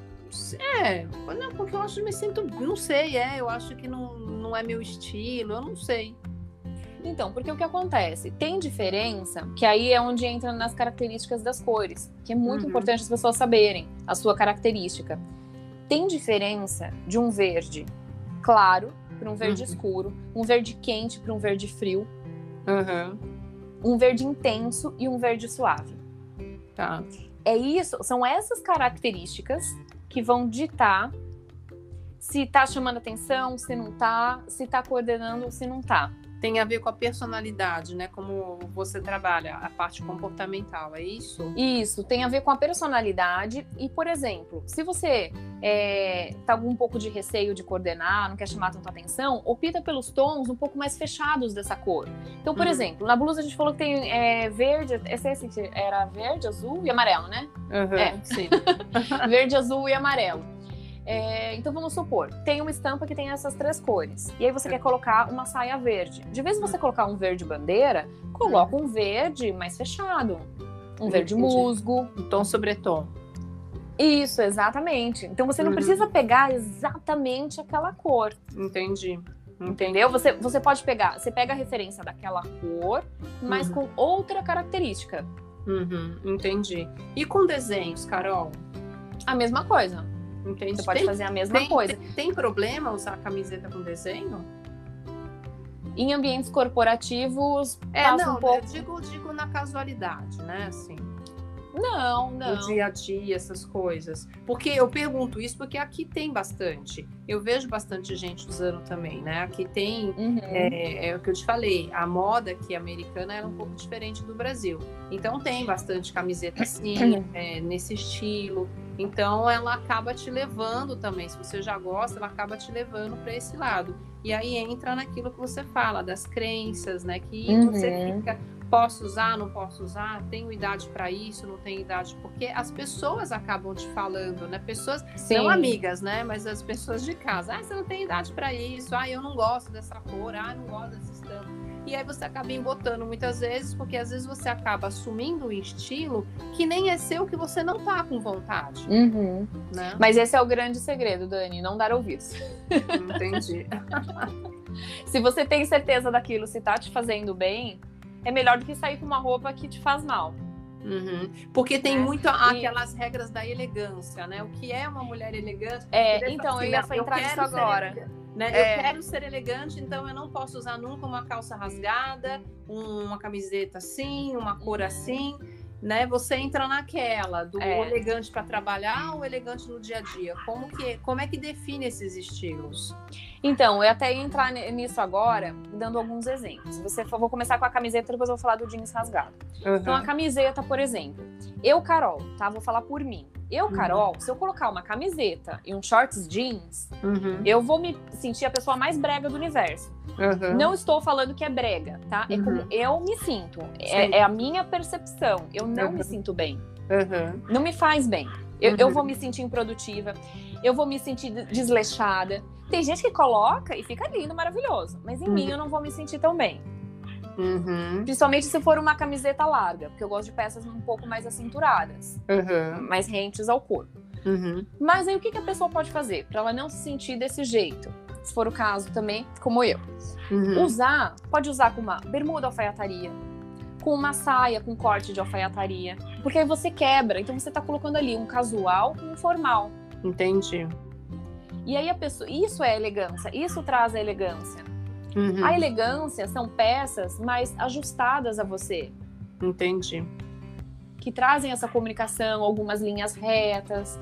É, não, porque eu acho que me sinto, não sei, é, eu acho que não, não é meu estilo, eu não sei. Então, porque o que acontece? Tem diferença, que aí é onde entra nas características das cores, que é muito uhum. importante as pessoas saberem a sua característica. Tem diferença de um verde claro para um verde uhum. escuro, um verde quente para um verde frio. Uhum. um verde intenso e um verde suave. Tá. É isso, são essas características que vão ditar se tá chamando atenção, se não tá, se tá coordenando ou se não tá. Tem a ver com a personalidade, né? Como você trabalha a parte comportamental, é isso? Isso, tem a ver com a personalidade. E, por exemplo, se você é, tá com um pouco de receio de coordenar, não quer chamar tanta atenção, opta pelos tons um pouco mais fechados dessa cor. Então, por Uhum. exemplo, na blusa a gente falou que tem é, verde, esse, esse era verde, azul e amarelo, né? Uhum, É. sim. Verde, azul e amarelo. É, então vamos supor, tem uma estampa que tem essas três cores. E aí você quer colocar uma saia verde. De vez em você colocar um verde bandeira, coloca um verde mais fechado. Um verde Entendi. musgo. Um tom sobre tom. Isso, exatamente. Então você não Uhum. precisa pegar exatamente aquela cor. Entendi. Entendeu? Você, você pode pegar, você pega a referência daquela cor, mas Uhum. com outra característica. Uhum, entendi. E com desenhos, Carol? A mesma coisa. Entendi. Você pode Tem- fazer a mesma tem, coisa. Tem, tem problema usar camiseta com desenho? Em ambientes corporativos, É, passa não, um pouco. eu digo, digo na casualidade, né? Assim, Não, no não. dia a dia, essas coisas. Porque eu pergunto isso porque aqui tem bastante. Eu vejo bastante gente usando também, né? Aqui tem, Uhum. é, é o que eu te falei, a moda aqui americana é um pouco diferente do Brasil. Então tem bastante camiseta assim, é, nesse estilo. Então ela acaba te levando também. Se você já gosta, ela acaba te levando para esse lado. E aí entra naquilo que você fala, das crenças, né? Que Uhum. você fica, posso usar, não posso usar, tenho idade para isso, não tenho idade, porque as pessoas acabam te falando, né? Pessoas, Sim. não amigas, né? Mas as pessoas de casa. Ah, você não tem idade para isso. Ah, eu não gosto dessa cor. Ah, não gosto dessa estampa. E aí você acaba embotando muitas vezes, porque às vezes você acaba assumindo um estilo que nem é seu, que você não tá com vontade, Uhum. né? Mas esse é o grande segredo, Dani, não dar ouvidos. Entendi. Se você tem certeza daquilo, se tá te fazendo bem, é melhor do que sair com uma roupa que te faz mal. Uhum. Porque tem É. muito E- aquelas regras da elegância, né? O que é uma mulher elegante? É, Você então, fala eu ia assim, entrar quero nisso ser agora. elegante, né? É. Eu quero ser elegante, então eu não posso usar nunca uma calça rasgada, uma camiseta assim, uma cor assim, né? Você entra naquela do É. elegante para trabalhar ou elegante no dia a dia. Como que, como é que define esses estilos? Então, eu até ia entrar ni- nisso agora, dando alguns exemplos. Você, vou começar com a camiseta, depois eu vou falar do jeans rasgado. Então, a camiseta, por exemplo. Eu, Carol, tá? Vou falar por mim. Eu, Uhum. Carol, se eu colocar uma camiseta e um shorts jeans, Uhum. eu vou me sentir a pessoa mais brega do universo. Uhum. Não estou falando que é brega, tá? É Uhum. como eu me sinto. Sim. É, é a minha percepção. Eu não Uhum. me sinto bem. Uhum. Não me faz bem. Eu, eu Uhum. vou me sentir improdutiva. Eu vou me sentir de- desleixada. Tem gente que coloca e fica lindo, maravilhoso. Mas em Uhum. mim eu não vou me sentir tão bem. Uhum. Principalmente se for uma camiseta larga. Porque eu gosto de peças um pouco mais acinturadas. Uhum. Mais rentes ao corpo. Uhum. Mas aí o que, que a pessoa pode fazer para ela não se sentir desse jeito? Se for o caso também, como eu. Uhum. Usar, pode usar com uma bermuda alfaiataria, com uma saia com corte de alfaiataria. Porque aí você quebra. Então você tá colocando ali um casual com um formal. Entendi. E aí a pessoa. Isso é elegância. Isso traz a elegância. Uhum. A elegância são peças mais ajustadas a você. Entendi. Que trazem essa comunicação, algumas linhas retas.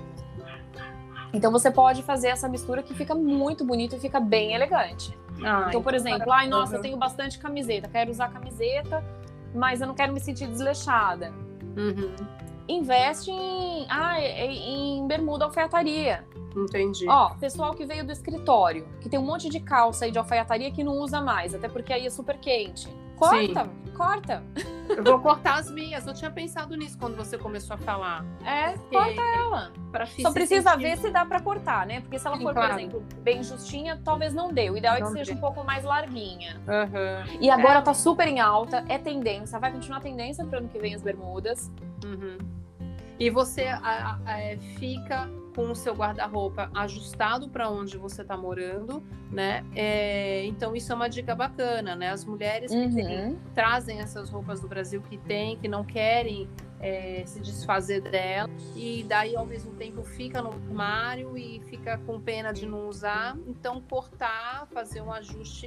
Então você pode fazer essa mistura que fica muito bonito e fica bem elegante. Ah, Então, por exemplo, ai, nossa, uhum. eu tenho bastante camiseta, quero usar camiseta, mas eu não quero me sentir desleixada. Uhum. Investe em, ah, em bermuda alfaiataria. Entendi. Ó, pessoal que veio do escritório, que tem um monte de calça aí de alfaiataria que não usa mais, até porque aí é super quente. Corta, corta. Eu vou cortar as minhas. Eu tinha pensado nisso quando você começou a falar. É, Porque corta ela. pra Só se precisa sentir- ver se dá pra cortar, né? Porque se ela Sim, for, claro. por exemplo, bem justinha, talvez não dê. O ideal é que Não seja dê. um pouco mais larguinha. Uhum. E agora É. tá super em alta, é tendência, vai continuar tendência pro ano que vem as bermudas. Uhum. E você a, a, é, fica com o seu guarda-roupa ajustado para onde você está morando, né? É, então isso é uma dica bacana, né? As mulheres que têm, Uhum. trazem essas roupas do Brasil que tem, que não querem é, se desfazer dela, e daí ao mesmo tempo fica no armário e fica com pena de não usar, então cortar, fazer um ajuste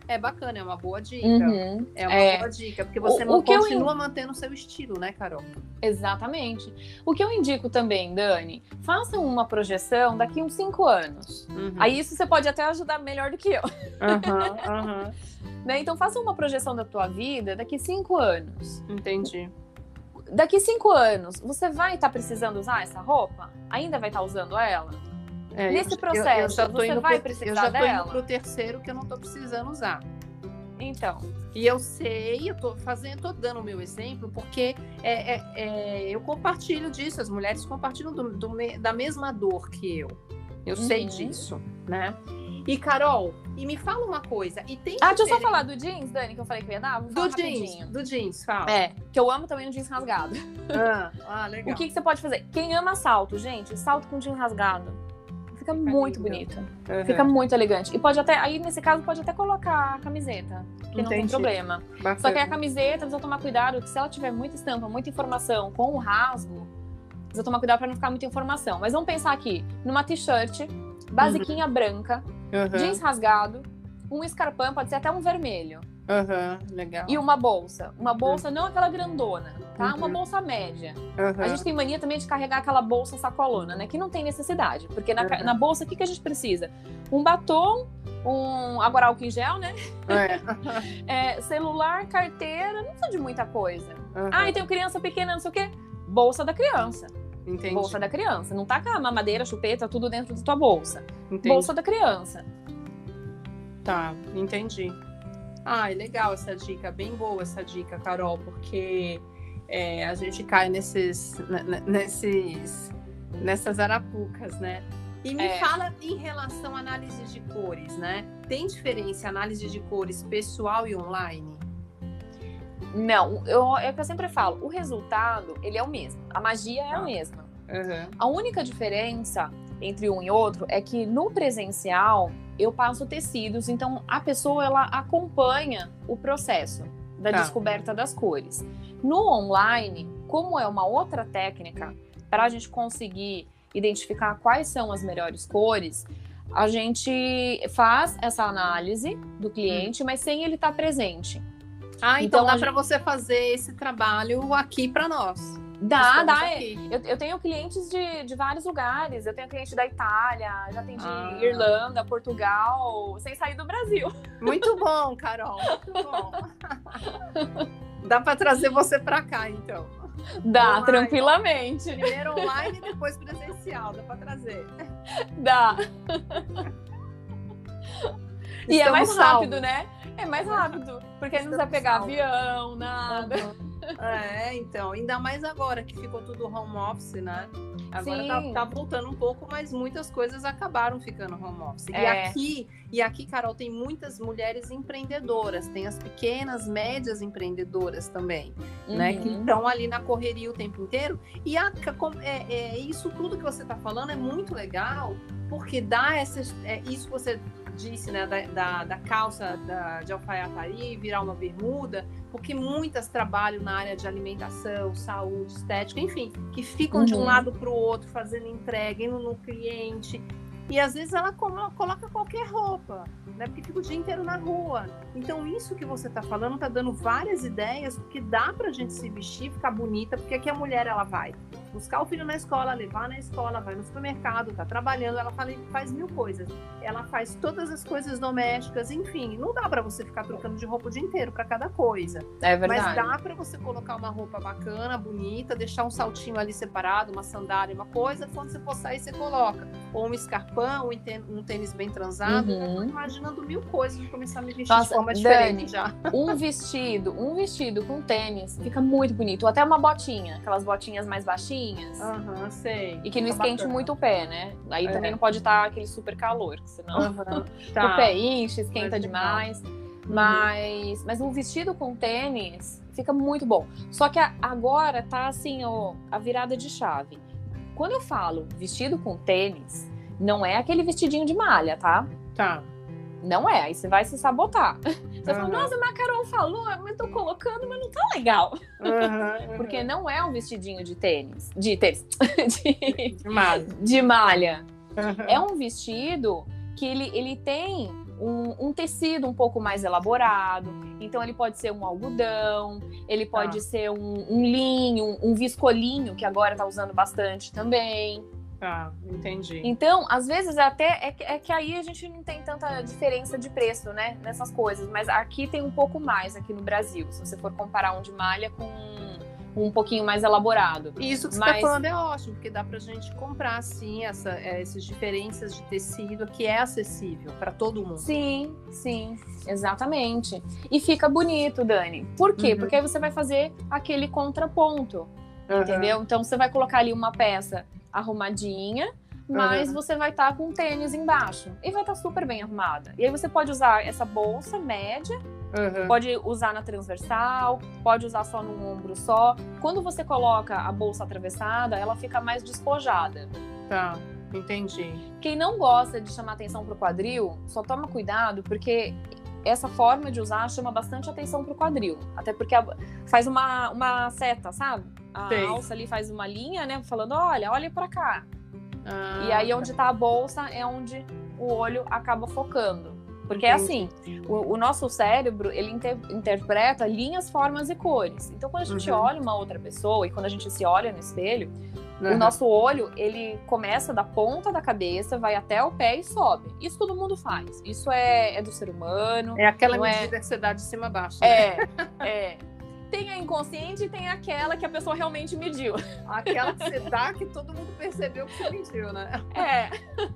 É bacana, é uma boa dica. Uhum, é uma é. boa dica, porque você O- o que eu continua mantendo o seu estilo, né, Carol? Exatamente. O que eu indico também, Dani, façam uma projeção daqui uns cinco anos. Uhum. Aí isso você pode até ajudar melhor do que eu. Aham, aham. Né? Então faça uma projeção da tua vida daqui cinco anos. Entendi. Daqui cinco anos, você vai estar precisando usar essa roupa? Ainda vai estar usando ela? É, Nesse eu- processo, eu, eu já tô você indo vai pro, precisar eu já tô dela? indo pro terceiro que eu não tô precisando usar. Então, E eu sei, eu tô fazendo, tô dando o meu exemplo, porque é, é, é, eu compartilho disso, as mulheres compartilham do, do me- da mesma dor que eu. Eu sei Uhum. disso, né? E, Carol, e me fala uma coisa, e tem ah, deixa eu só diferen- falar do jeans, Dani, que eu falei que eu ia dar. Vou falar do jeans, rapidinho. do jeans, fala. É, que eu amo também o jeans rasgado. Ah, ah, legal. O que, que você pode fazer? Quem ama salto, gente, salto com jeans rasgado. Fica muito lindo. bonito. Uhum. Fica muito elegante. E pode até, aí nesse caso, pode até colocar a camiseta, que não tem Entendi. problema. Bacana. Só que a camiseta, precisa tomar cuidado, que se ela tiver muita estampa, muita informação com o rasgo, precisa tomar cuidado para não ficar muita informação. Mas vamos pensar aqui, numa t-shirt, basiquinha branca, Uhum. jeans rasgado, um escarpão, pode ser até um vermelho. Uhum. Legal. E uma bolsa. Uma bolsa não aquela grandona, tá? Uhum. Uma bolsa média. Uhum. A gente tem mania também de carregar aquela bolsa sacolona, né? Que não tem necessidade. Porque na, Uhum. na bolsa, o que, que a gente precisa? Um batom, um agora álcool em gel, né? É. É, celular, carteira, não precisa de muita coisa. Uhum. Ah, e tem criança pequena, não sei o quê. Bolsa da criança. Entendi. Bolsa da criança. Não tá com a mamadeira, chupeta, tudo dentro da tua bolsa. Entendi. Bolsa da criança. Tá, entendi. Ah, é legal essa dica, bem boa essa dica, Carol, porque é, a gente cai nesses, ne- ne- nesses, nessas arapucas, né? E me É. fala em relação à análise de cores, né? Tem diferença análise de cores pessoal e online? Não, eu, é o que eu sempre falo. O resultado, ele é o mesmo. A magia é a Tá. mesma. Uhum. A única diferença entre um e outro é que no presencial eu passo tecidos, então a pessoa ela acompanha o processo da Tá. descoberta das cores. No online, como é uma outra técnica para a gente conseguir identificar quais são as melhores cores, a gente faz essa análise do cliente, mas sem ele estar presente. Ah, então, Então, dá a para você fazer esse trabalho aqui para nós. Dá, Estamos dá. é. aqui. Eu, eu tenho clientes de, de vários lugares. Eu tenho cliente da Itália, já tem de Ah. Irlanda, Portugal, sem sair do Brasil. Muito bom, Carol, muito bom. Dá para trazer você para cá, então. Dá, Online. tranquilamente. Primeiro online e depois presencial, dá para trazer. Dá. E é mais Estamos rápido, salvos. né? É mais rápido. Porque não precisa Estamos pegar salvos. avião, nada. É, então, ainda mais agora que ficou tudo home office, né? Agora tá, Sim. tá voltando um pouco, mas muitas coisas acabaram ficando home office. E É. aqui, e aqui, Carol, tem muitas mulheres empreendedoras, tem as pequenas, médias empreendedoras também, né? Que Uhum. estão ali na correria o tempo inteiro. E a, com- é, é, isso tudo que você está falando é muito legal, porque dá essa, é, isso que você disse, né? Da, da, da calça da, de alfaiataria virar uma bermuda, porque muitas trabalham na área de alimentação, saúde, estética, enfim, que ficam de um Uhum. lado para o outro, fazendo entrega, indo no cliente. E às vezes ela colo- coloca qualquer roupa, né? Porque fica o dia inteiro na rua. Então, isso que você está falando está dando várias ideias, porque dá pra gente se vestir, ficar bonita, porque aqui a mulher ela vai buscar o filho na escola, levar na escola, vai no supermercado, tá trabalhando, ela fala- faz mil coisas. Ela faz todas as coisas domésticas, enfim, não dá pra você ficar trocando de roupa o dia inteiro pra cada coisa. É Mas verdade. dá pra você colocar uma roupa bacana, bonita, deixar um saltinho ali separado, uma sandália, uma coisa, quando você for sair você coloca. Ou um escarpão, um tê- um tênis bem transado. Uhum. Eu tô imaginando mil coisas de começar a me vestir Nossa, de forma Dani, diferente já. Um vestido, um vestido com tênis fica muito bonito. Ou até uma botinha, aquelas botinhas mais baixinhas. Aham, sei. E que não Tá esquente bacana. muito o pé, né? Aí É. também não pode estar aquele super calor, senão Aham, o tá. pé enche, esquenta Mas legal. demais. Uhum. Mas, mas um vestido com tênis fica muito bom. Só que a- agora tá assim, ó, a virada de chave. Quando eu falo vestido com tênis, não é aquele vestidinho de malha, tá? Tá. Não é, aí você vai se sabotar. Você fala, Aham. nossa, mas a Carol falou, mas tô colocando, mas não tá legal. Aham, Porque não é um vestidinho de tênis, de tênis, de, Demais. de malha. Aham. É um vestido que ele, ele tem um, um tecido um pouco mais elaborado. Então, ele pode ser um algodão, ele pode ah. ser um, um linho, um, um viscolinho, que agora tá usando bastante também. Ah, entendi. Então, às vezes até é que, é que aí a gente não tem tanta diferença de preço, né, nessas coisas, mas aqui tem um pouco mais aqui no Brasil, se você for comparar um de malha com um, um pouquinho mais elaborado. E isso que você mas... tá falando é ótimo, porque dá pra gente comprar, sim, essa, essas diferenças de tecido que é acessível para todo mundo. Sim, sim, exatamente. E fica bonito, Dani. Por quê? Uhum. Porque aí você vai fazer aquele contraponto, uhum. entendeu? Então, você vai colocar ali uma peça arrumadinha, mas uhum. você vai estar tá com um tênis embaixo e vai estar tá super bem arrumada. E aí você pode usar essa bolsa média, uhum. pode usar na transversal, pode usar só num ombro só. Quando você coloca a bolsa atravessada, ela fica mais despojada. Tá, entendi. Quem não gosta de chamar atenção pro quadril, só toma cuidado, porque essa forma de usar chama bastante atenção pro quadril. Até porque faz uma, uma seta, sabe? A Sei. alça ali faz uma linha, né? Falando, olha, olha pra cá. Ah, e aí, onde tá a bolsa é onde o olho acaba focando. Porque Entendi. é assim, o, o nosso cérebro, ele inter, interpreta linhas, formas e cores. Então, quando a gente uhum. olha uma outra pessoa e quando a gente se olha no espelho, uhum. o nosso olho, ele começa da ponta da cabeça, vai até o pé e sobe. Isso todo mundo faz. Isso é, é do ser humano. É aquela medida é... que você dá de cima a baixo. Né? É, é. Tem a inconsciente e tem aquela que a pessoa realmente mediu. Aquela que você dá que todo mundo percebeu que você mediu, né? É.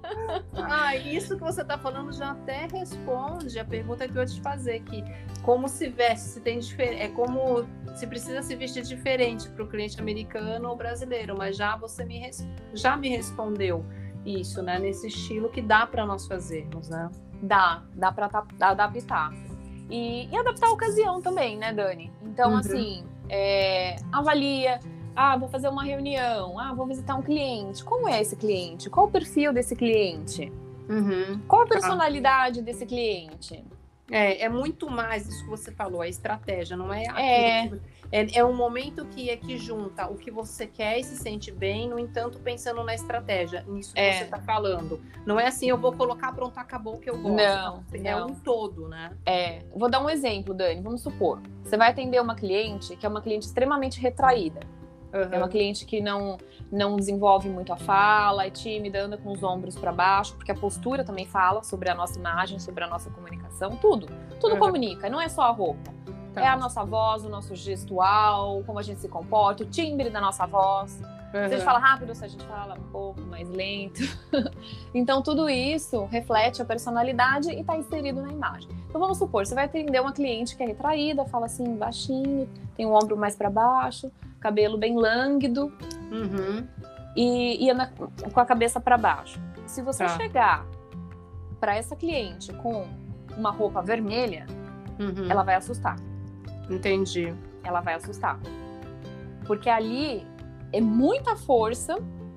Ah, isso que você tá falando já até responde a pergunta que eu ia te fazer, que como se veste, se tem diferença, é como se precisa se vestir diferente para o cliente americano ou brasileiro, mas já você me, res... já me respondeu isso, né? Nesse estilo que dá para nós fazermos, né? Dá, dá para adaptar. E, e adaptar a ocasião também, né, Dani? Então, uhum. assim, é, avalia, ah, vou fazer uma reunião, ah, vou visitar um cliente. Como é esse cliente? Qual o perfil desse cliente? Uhum. Qual a personalidade ah. desse cliente? É, é muito mais isso que você falou, a estratégia, não é? É. Que, é, é um momento que é que junta o que você quer e se sente bem, no entanto, pensando na estratégia, nisso que é. você está falando. Não é assim, eu vou colocar, pronto, acabou o que eu gosto. Não, não. não. É um todo, né? É. Vou dar um exemplo, Dani. Vamos supor, você vai atender uma cliente que é uma cliente extremamente retraída. Uhum. É uma cliente que não, não desenvolve muito a fala, é tímida, anda com os ombros para baixo, porque a postura também fala sobre a nossa imagem, sobre a nossa comunicação, tudo. Tudo uhum. comunica, não é só a roupa. Tá. É a nossa voz, o nosso gestual, como a gente se comporta, o timbre da nossa voz. Uhum. Se a gente fala rápido, se a gente fala um pouco mais lento. Então, tudo isso reflete a personalidade e está inserido na imagem. Então, vamos supor, você vai atender uma cliente que é retraída, fala assim, baixinho, tem o ombro mais para baixo, cabelo bem lânguido uhum. e, e anda com a cabeça para baixo. Se você tá. chegar para essa cliente com uma roupa vermelha, uhum. ela vai assustar. Entendi. Ela vai assustar. Porque ali é muita força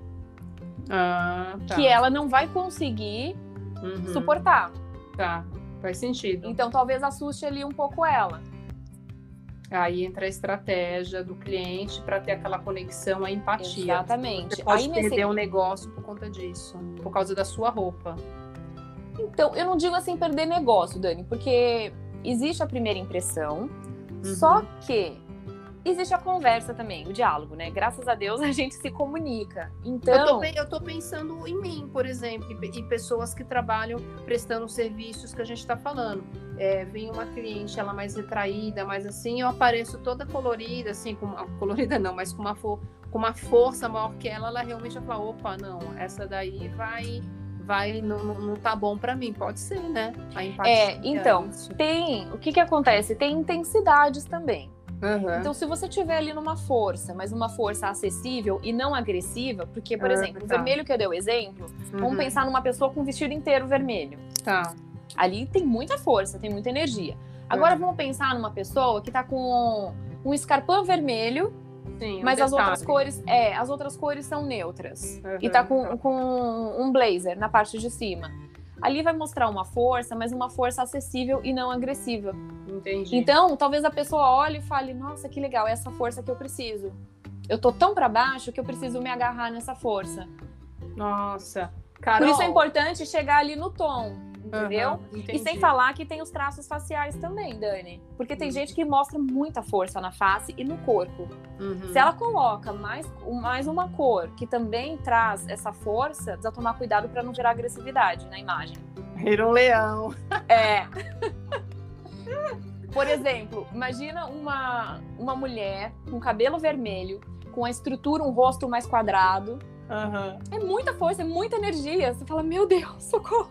ah, tá. que ela não vai conseguir uhum. suportar. Tá, faz sentido. Então talvez assuste ali um pouco ela. Aí entra a estratégia do cliente para ter aquela conexão, a empatia. Exatamente. Você pode Aí, perder nesse... um negócio por conta disso, por causa da sua roupa. Então, eu não digo assim perder negócio, Dani, porque existe a primeira impressão, uhum. só que existe a conversa também, o diálogo, né? Graças a Deus a gente se comunica. Então... Eu tô, eu tô pensando em mim, por exemplo, e pessoas que trabalham prestando serviços que a gente tá falando. É, vem uma cliente, ela mais retraída, mais assim, eu apareço toda colorida, assim, com uma, colorida não, mas com uma, for, com uma força maior que ela, ela realmente vai falar, opa, não, essa daí vai... vai, não, não tá bom pra mim, pode ser, né? A empatia. É, então, tem, o que que acontece? Tem intensidades também. Uhum. Então, se você tiver ali numa força, mas uma força acessível e não agressiva, porque, por uhum, exemplo, tá. o vermelho que eu dei o exemplo, uhum. vamos pensar numa pessoa com o vestido inteiro vermelho. Tá. Ali tem muita força, tem muita energia. Agora, uhum. vamos pensar numa pessoa que tá com um escarpão vermelho, sim, mas um as outras cores, é, as outras cores são neutras. Uhum. E tá com, com um blazer na parte de cima. Ali vai mostrar uma força, mas uma força acessível e não agressiva. Entendi. Então, talvez a pessoa olhe e fale, nossa, que legal, é essa força que eu preciso. Eu tô tão pra baixo que eu preciso me agarrar nessa força. Nossa. Carol... Por isso é importante chegar ali no tom. entendeu? Uhum, e sem falar que tem os traços faciais também, Dani. Porque tem uhum. gente que mostra muita força na face e no corpo. Uhum. Se ela coloca mais, mais uma cor que também traz essa força, precisa tomar cuidado para não gerar agressividade na imagem. Vira um leão. É. Por exemplo, imagina uma, uma mulher com cabelo vermelho, com a estrutura, um rosto mais quadrado. Uhum. É muita força, é muita energia. Você fala, meu Deus, socorro.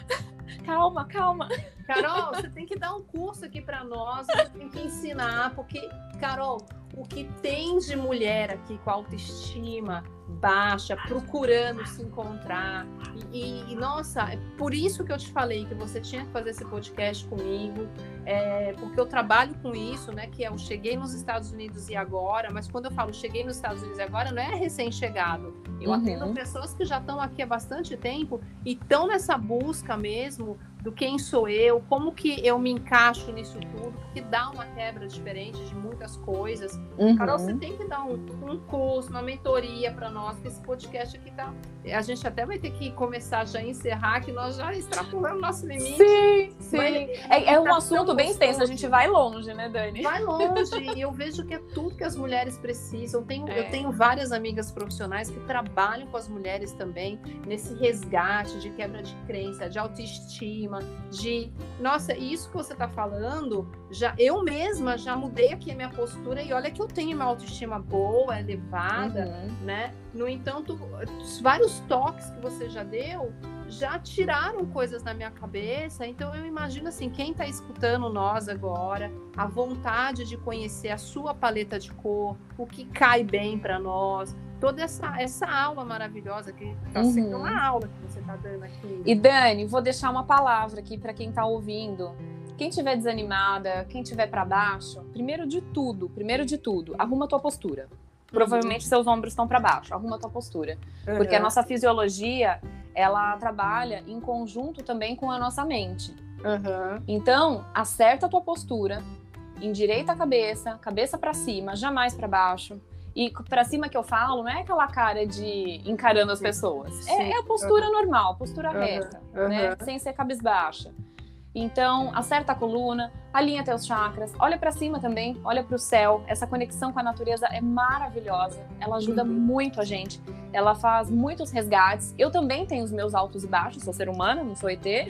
Calma, calma. Carol, você tem que dar um curso aqui para nós, você tem que ensinar, porque, Carol, o que tem de mulher aqui com autoestima baixa, procurando se encontrar, e, e nossa, é por isso que eu te falei que você tinha que fazer esse podcast comigo, é, porque eu trabalho com isso, né, que é o cheguei nos Estados Unidos e agora, mas quando eu falo cheguei nos Estados Unidos e agora, não é recém-chegado, eu uhum. atendo pessoas que já estão aqui há bastante tempo e estão nessa busca mesmo do quem sou eu, como que eu me encaixo nisso tudo, porque dá uma quebra diferente de muitas coisas. Uhum. Carol, você tem que dar um, um curso, uma mentoria para nós, porque esse podcast aqui tá... A gente até vai ter que começar já a encerrar, que nós já extrapolamos nosso limite. Sim, sim. É, é um tá assunto bem extenso, a gente vai longe, né, Dani? Vai longe, e eu vejo que é tudo que as mulheres precisam. Tenho, é. Eu tenho várias amigas profissionais que trabalham com as mulheres também, nesse resgate de quebra de crença, de autoestima, de... Nossa, isso que você tá falando, já, eu mesma já mudei aqui a minha postura e olha que eu tenho uma autoestima boa, elevada, uhum. né? No entanto, os vários toques que você já deu já tiraram coisas na minha cabeça, então eu imagino assim, quem tá escutando nós agora, a vontade de conhecer a sua paleta de cor, o que cai bem para nós, toda essa, essa aula maravilhosa que está uhum. sendo uma aula que você está dando aqui. E Dani, vou deixar uma palavra aqui para quem está ouvindo. Quem estiver desanimada, quem estiver para baixo, primeiro de tudo, primeiro de tudo, arruma a tua postura. Provavelmente uhum. seus ombros estão para baixo, arruma a tua postura. Uhum. Porque a nossa fisiologia, ela trabalha em conjunto também com a nossa mente. Uhum. Então, acerta a tua postura, endireita a cabeça, cabeça para cima, jamais para baixo. E pra cima que eu falo, não é aquela cara de encarando as pessoas. É, é a postura uhum. normal, postura uhum. reta, uhum. né? Sem ser cabisbaixa. Então, acerta a coluna, alinha teus chakras, olha pra cima também, olha pro céu. Essa conexão com a natureza é maravilhosa. Ela ajuda uhum. muito a gente. Ela faz muitos resgates. Eu também tenho os meus altos e baixos, sou ser humana, não sou E T.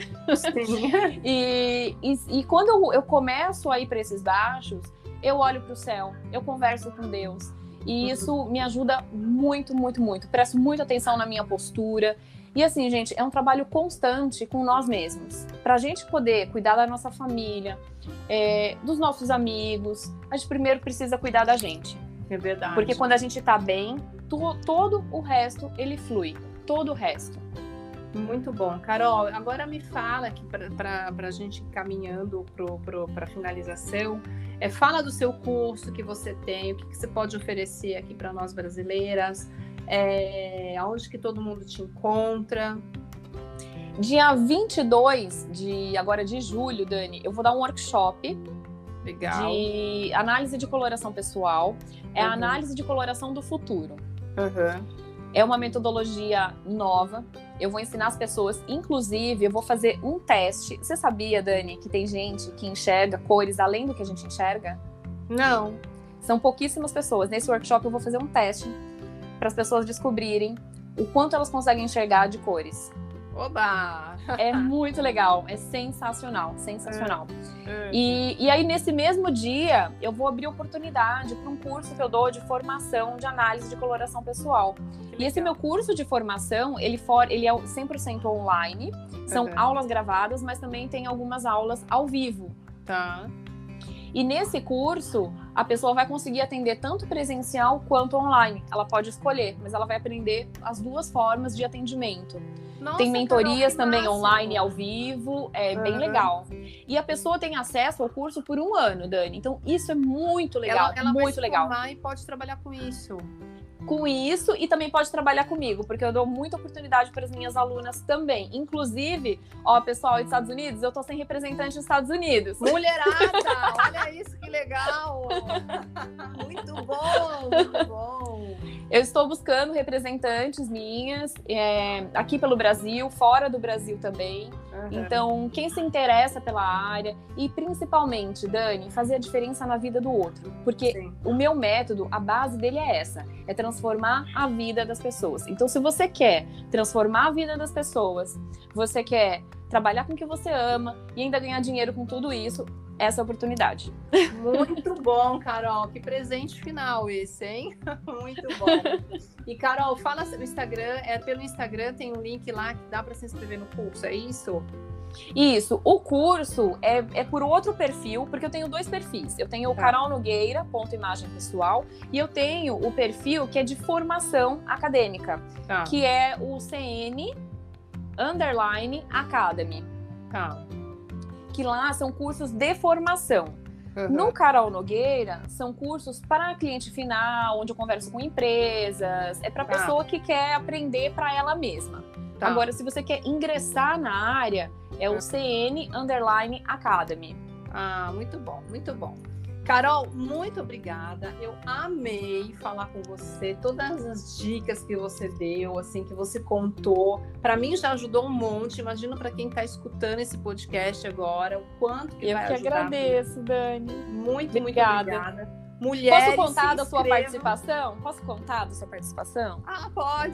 e, e, e quando eu, eu começo a ir pra esses baixos, eu olho pro céu, eu converso com Deus. E isso me ajuda muito, muito, muito. Presto muita atenção na minha postura. E assim, gente, é um trabalho constante com nós mesmos. Pra gente poder cuidar da nossa família, é, dos nossos amigos, a gente primeiro precisa cuidar da gente. É verdade. Porque quando a gente tá bem, to, todo o resto, ele flui. Todo o resto. Muito bom. Carol, agora me fala aqui para a gente ir caminhando para a finalização. É, fala do seu curso que você tem, o que, que você pode oferecer aqui para nós brasileiras, é, aonde que todo mundo te encontra. Dia vinte e dois de, agora de julho, Dani, eu vou dar um workshop. Legal. De análise de coloração pessoal. É uhum. a análise de coloração do futuro. Uhum. É uma metodologia nova. Eu vou ensinar as pessoas, inclusive, eu vou fazer um teste. Você sabia, Dani, que tem gente que enxerga cores além do que a gente enxerga? Não. São pouquíssimas pessoas. Nesse workshop eu vou fazer um teste para as pessoas descobrirem o quanto elas conseguem enxergar de cores. Oba! É muito legal, é sensacional, sensacional. É. E, e aí, nesse mesmo dia, eu vou abrir oportunidade para um curso que eu dou de formação de análise de coloração pessoal. E esse meu curso de formação, ele, for, ele é cem por cento online, são uhum. aulas gravadas, mas também tem algumas aulas ao vivo. Tá. E nesse curso, a pessoa vai conseguir atender tanto presencial quanto online. Ela pode escolher, mas ela vai aprender as duas formas de atendimento. Nossa, tem mentorias Carol, também máximo. Online, ao vivo, é uhum. bem legal. E a pessoa tem acesso ao curso por um ano, Dani. Então, isso é muito legal, ela, ela muito vai se legal. formar e pode trabalhar com isso. com isso e também pode trabalhar comigo, porque eu dou muita oportunidade para as minhas alunas também. Inclusive, ó, pessoal dos Estados Unidos, eu tô sem representante nos Estados Unidos. Mulherada, olha isso que legal! Muito bom, muito bom! Eu estou buscando representantes minhas é, aqui pelo Brasil, fora do Brasil também. Uhum. Então, quem se interessa pela área e principalmente, Dani, fazer a diferença na vida do outro. Porque Sim. o meu método, a base dele é essa, é transformar a vida das pessoas. Então, se você quer transformar a vida das pessoas, você quer trabalhar com o que você ama e ainda ganhar dinheiro com tudo isso, essa é a oportunidade. Muito bom, Carol. Que presente final esse, hein? Muito bom. E, Carol, fala no Instagram. É pelo Instagram, tem um link lá que dá para se inscrever no curso, é isso? Isso. O curso é, é por outro perfil, porque eu tenho dois perfis. Eu tenho o tá. Carol Nogueira, ponto imagem pessoal, e eu tenho o perfil que é de formação acadêmica, tá. que é o C N Underline Academy. Tá. Que lá são cursos de formação. Uhum. No Carol Nogueira, são cursos para cliente final, onde eu converso com empresas, é para tá. pessoa que quer aprender para ela mesma. Tá. Agora, se você quer ingressar na área, é o C N Underline Academy. Ah, muito bom, muito bom. Carol, muito obrigada. Eu amei falar com você. Todas as dicas que você deu, assim, que você contou, para mim já ajudou um monte. Imagino para quem está escutando esse podcast agora, o quanto que eu vai que ajudar. Eu que agradeço, Dani. Muito, obrigada. muito obrigada. Mulheres, posso contar da sua participação? Posso contar da sua participação? Ah, pode!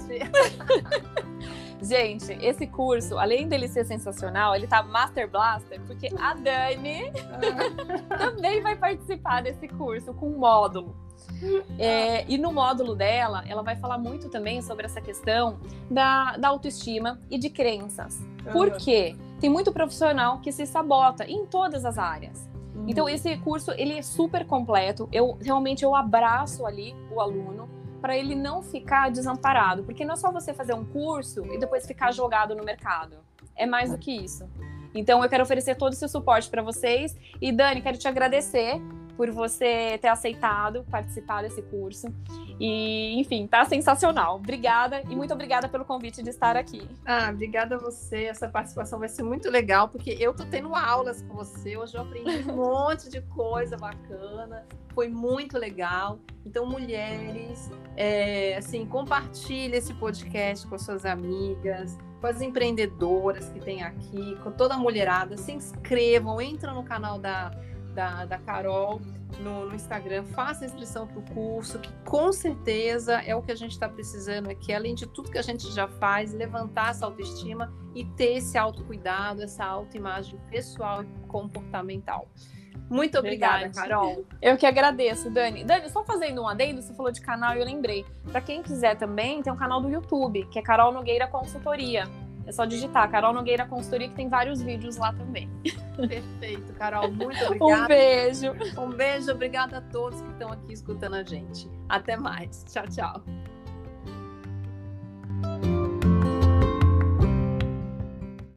Gente, esse curso, além dele ser sensacional, ele tá Master Blaster, porque a Dani também vai participar desse curso com um módulo. É, e no módulo dela, ela vai falar muito também sobre essa questão da, da autoestima e de crenças. Por quê? Tem muito profissional que se sabota em todas as áreas. Então, esse curso, ele é super completo. Eu realmente eu abraço ali o aluno para ele não ficar desamparado. Porque não é só você fazer um curso e depois ficar jogado no mercado. É mais do que isso. Então, eu quero oferecer todo esse suporte para vocês. E, Dani, quero te agradecer por você ter aceitado participar desse curso. E, enfim, tá sensacional. Obrigada e muito obrigada pelo convite de estar aqui. Ah, obrigada a você. Essa participação vai ser muito legal, porque eu tô tendo aulas com você. Hoje eu aprendi um monte de coisa bacana. Foi muito legal. Então, mulheres, é, assim, compartilhe esse podcast com suas amigas, com as empreendedoras que tem aqui, com toda a mulherada. Se inscrevam, entram no canal da Da, da Carol no, no Instagram, faça a inscrição para o curso, que com certeza é o que a gente está precisando aqui, além de tudo que a gente já faz, levantar essa autoestima e ter esse autocuidado, essa autoimagem pessoal e comportamental. Muito obrigada, Verdade. Carol. Eu que agradeço, Dani. Dani, só fazendo um adendo, você falou de canal e eu lembrei. Para quem quiser também, tem um canal do YouTube, que é Carol Nogueira Consultoria. É só digitar Carol Nogueira Consultoria, que tem vários vídeos lá também. Perfeito, Carol. Muito obrigada. Um beijo. Um beijo. Obrigada a todos que estão aqui escutando a gente. Até mais. Tchau, tchau.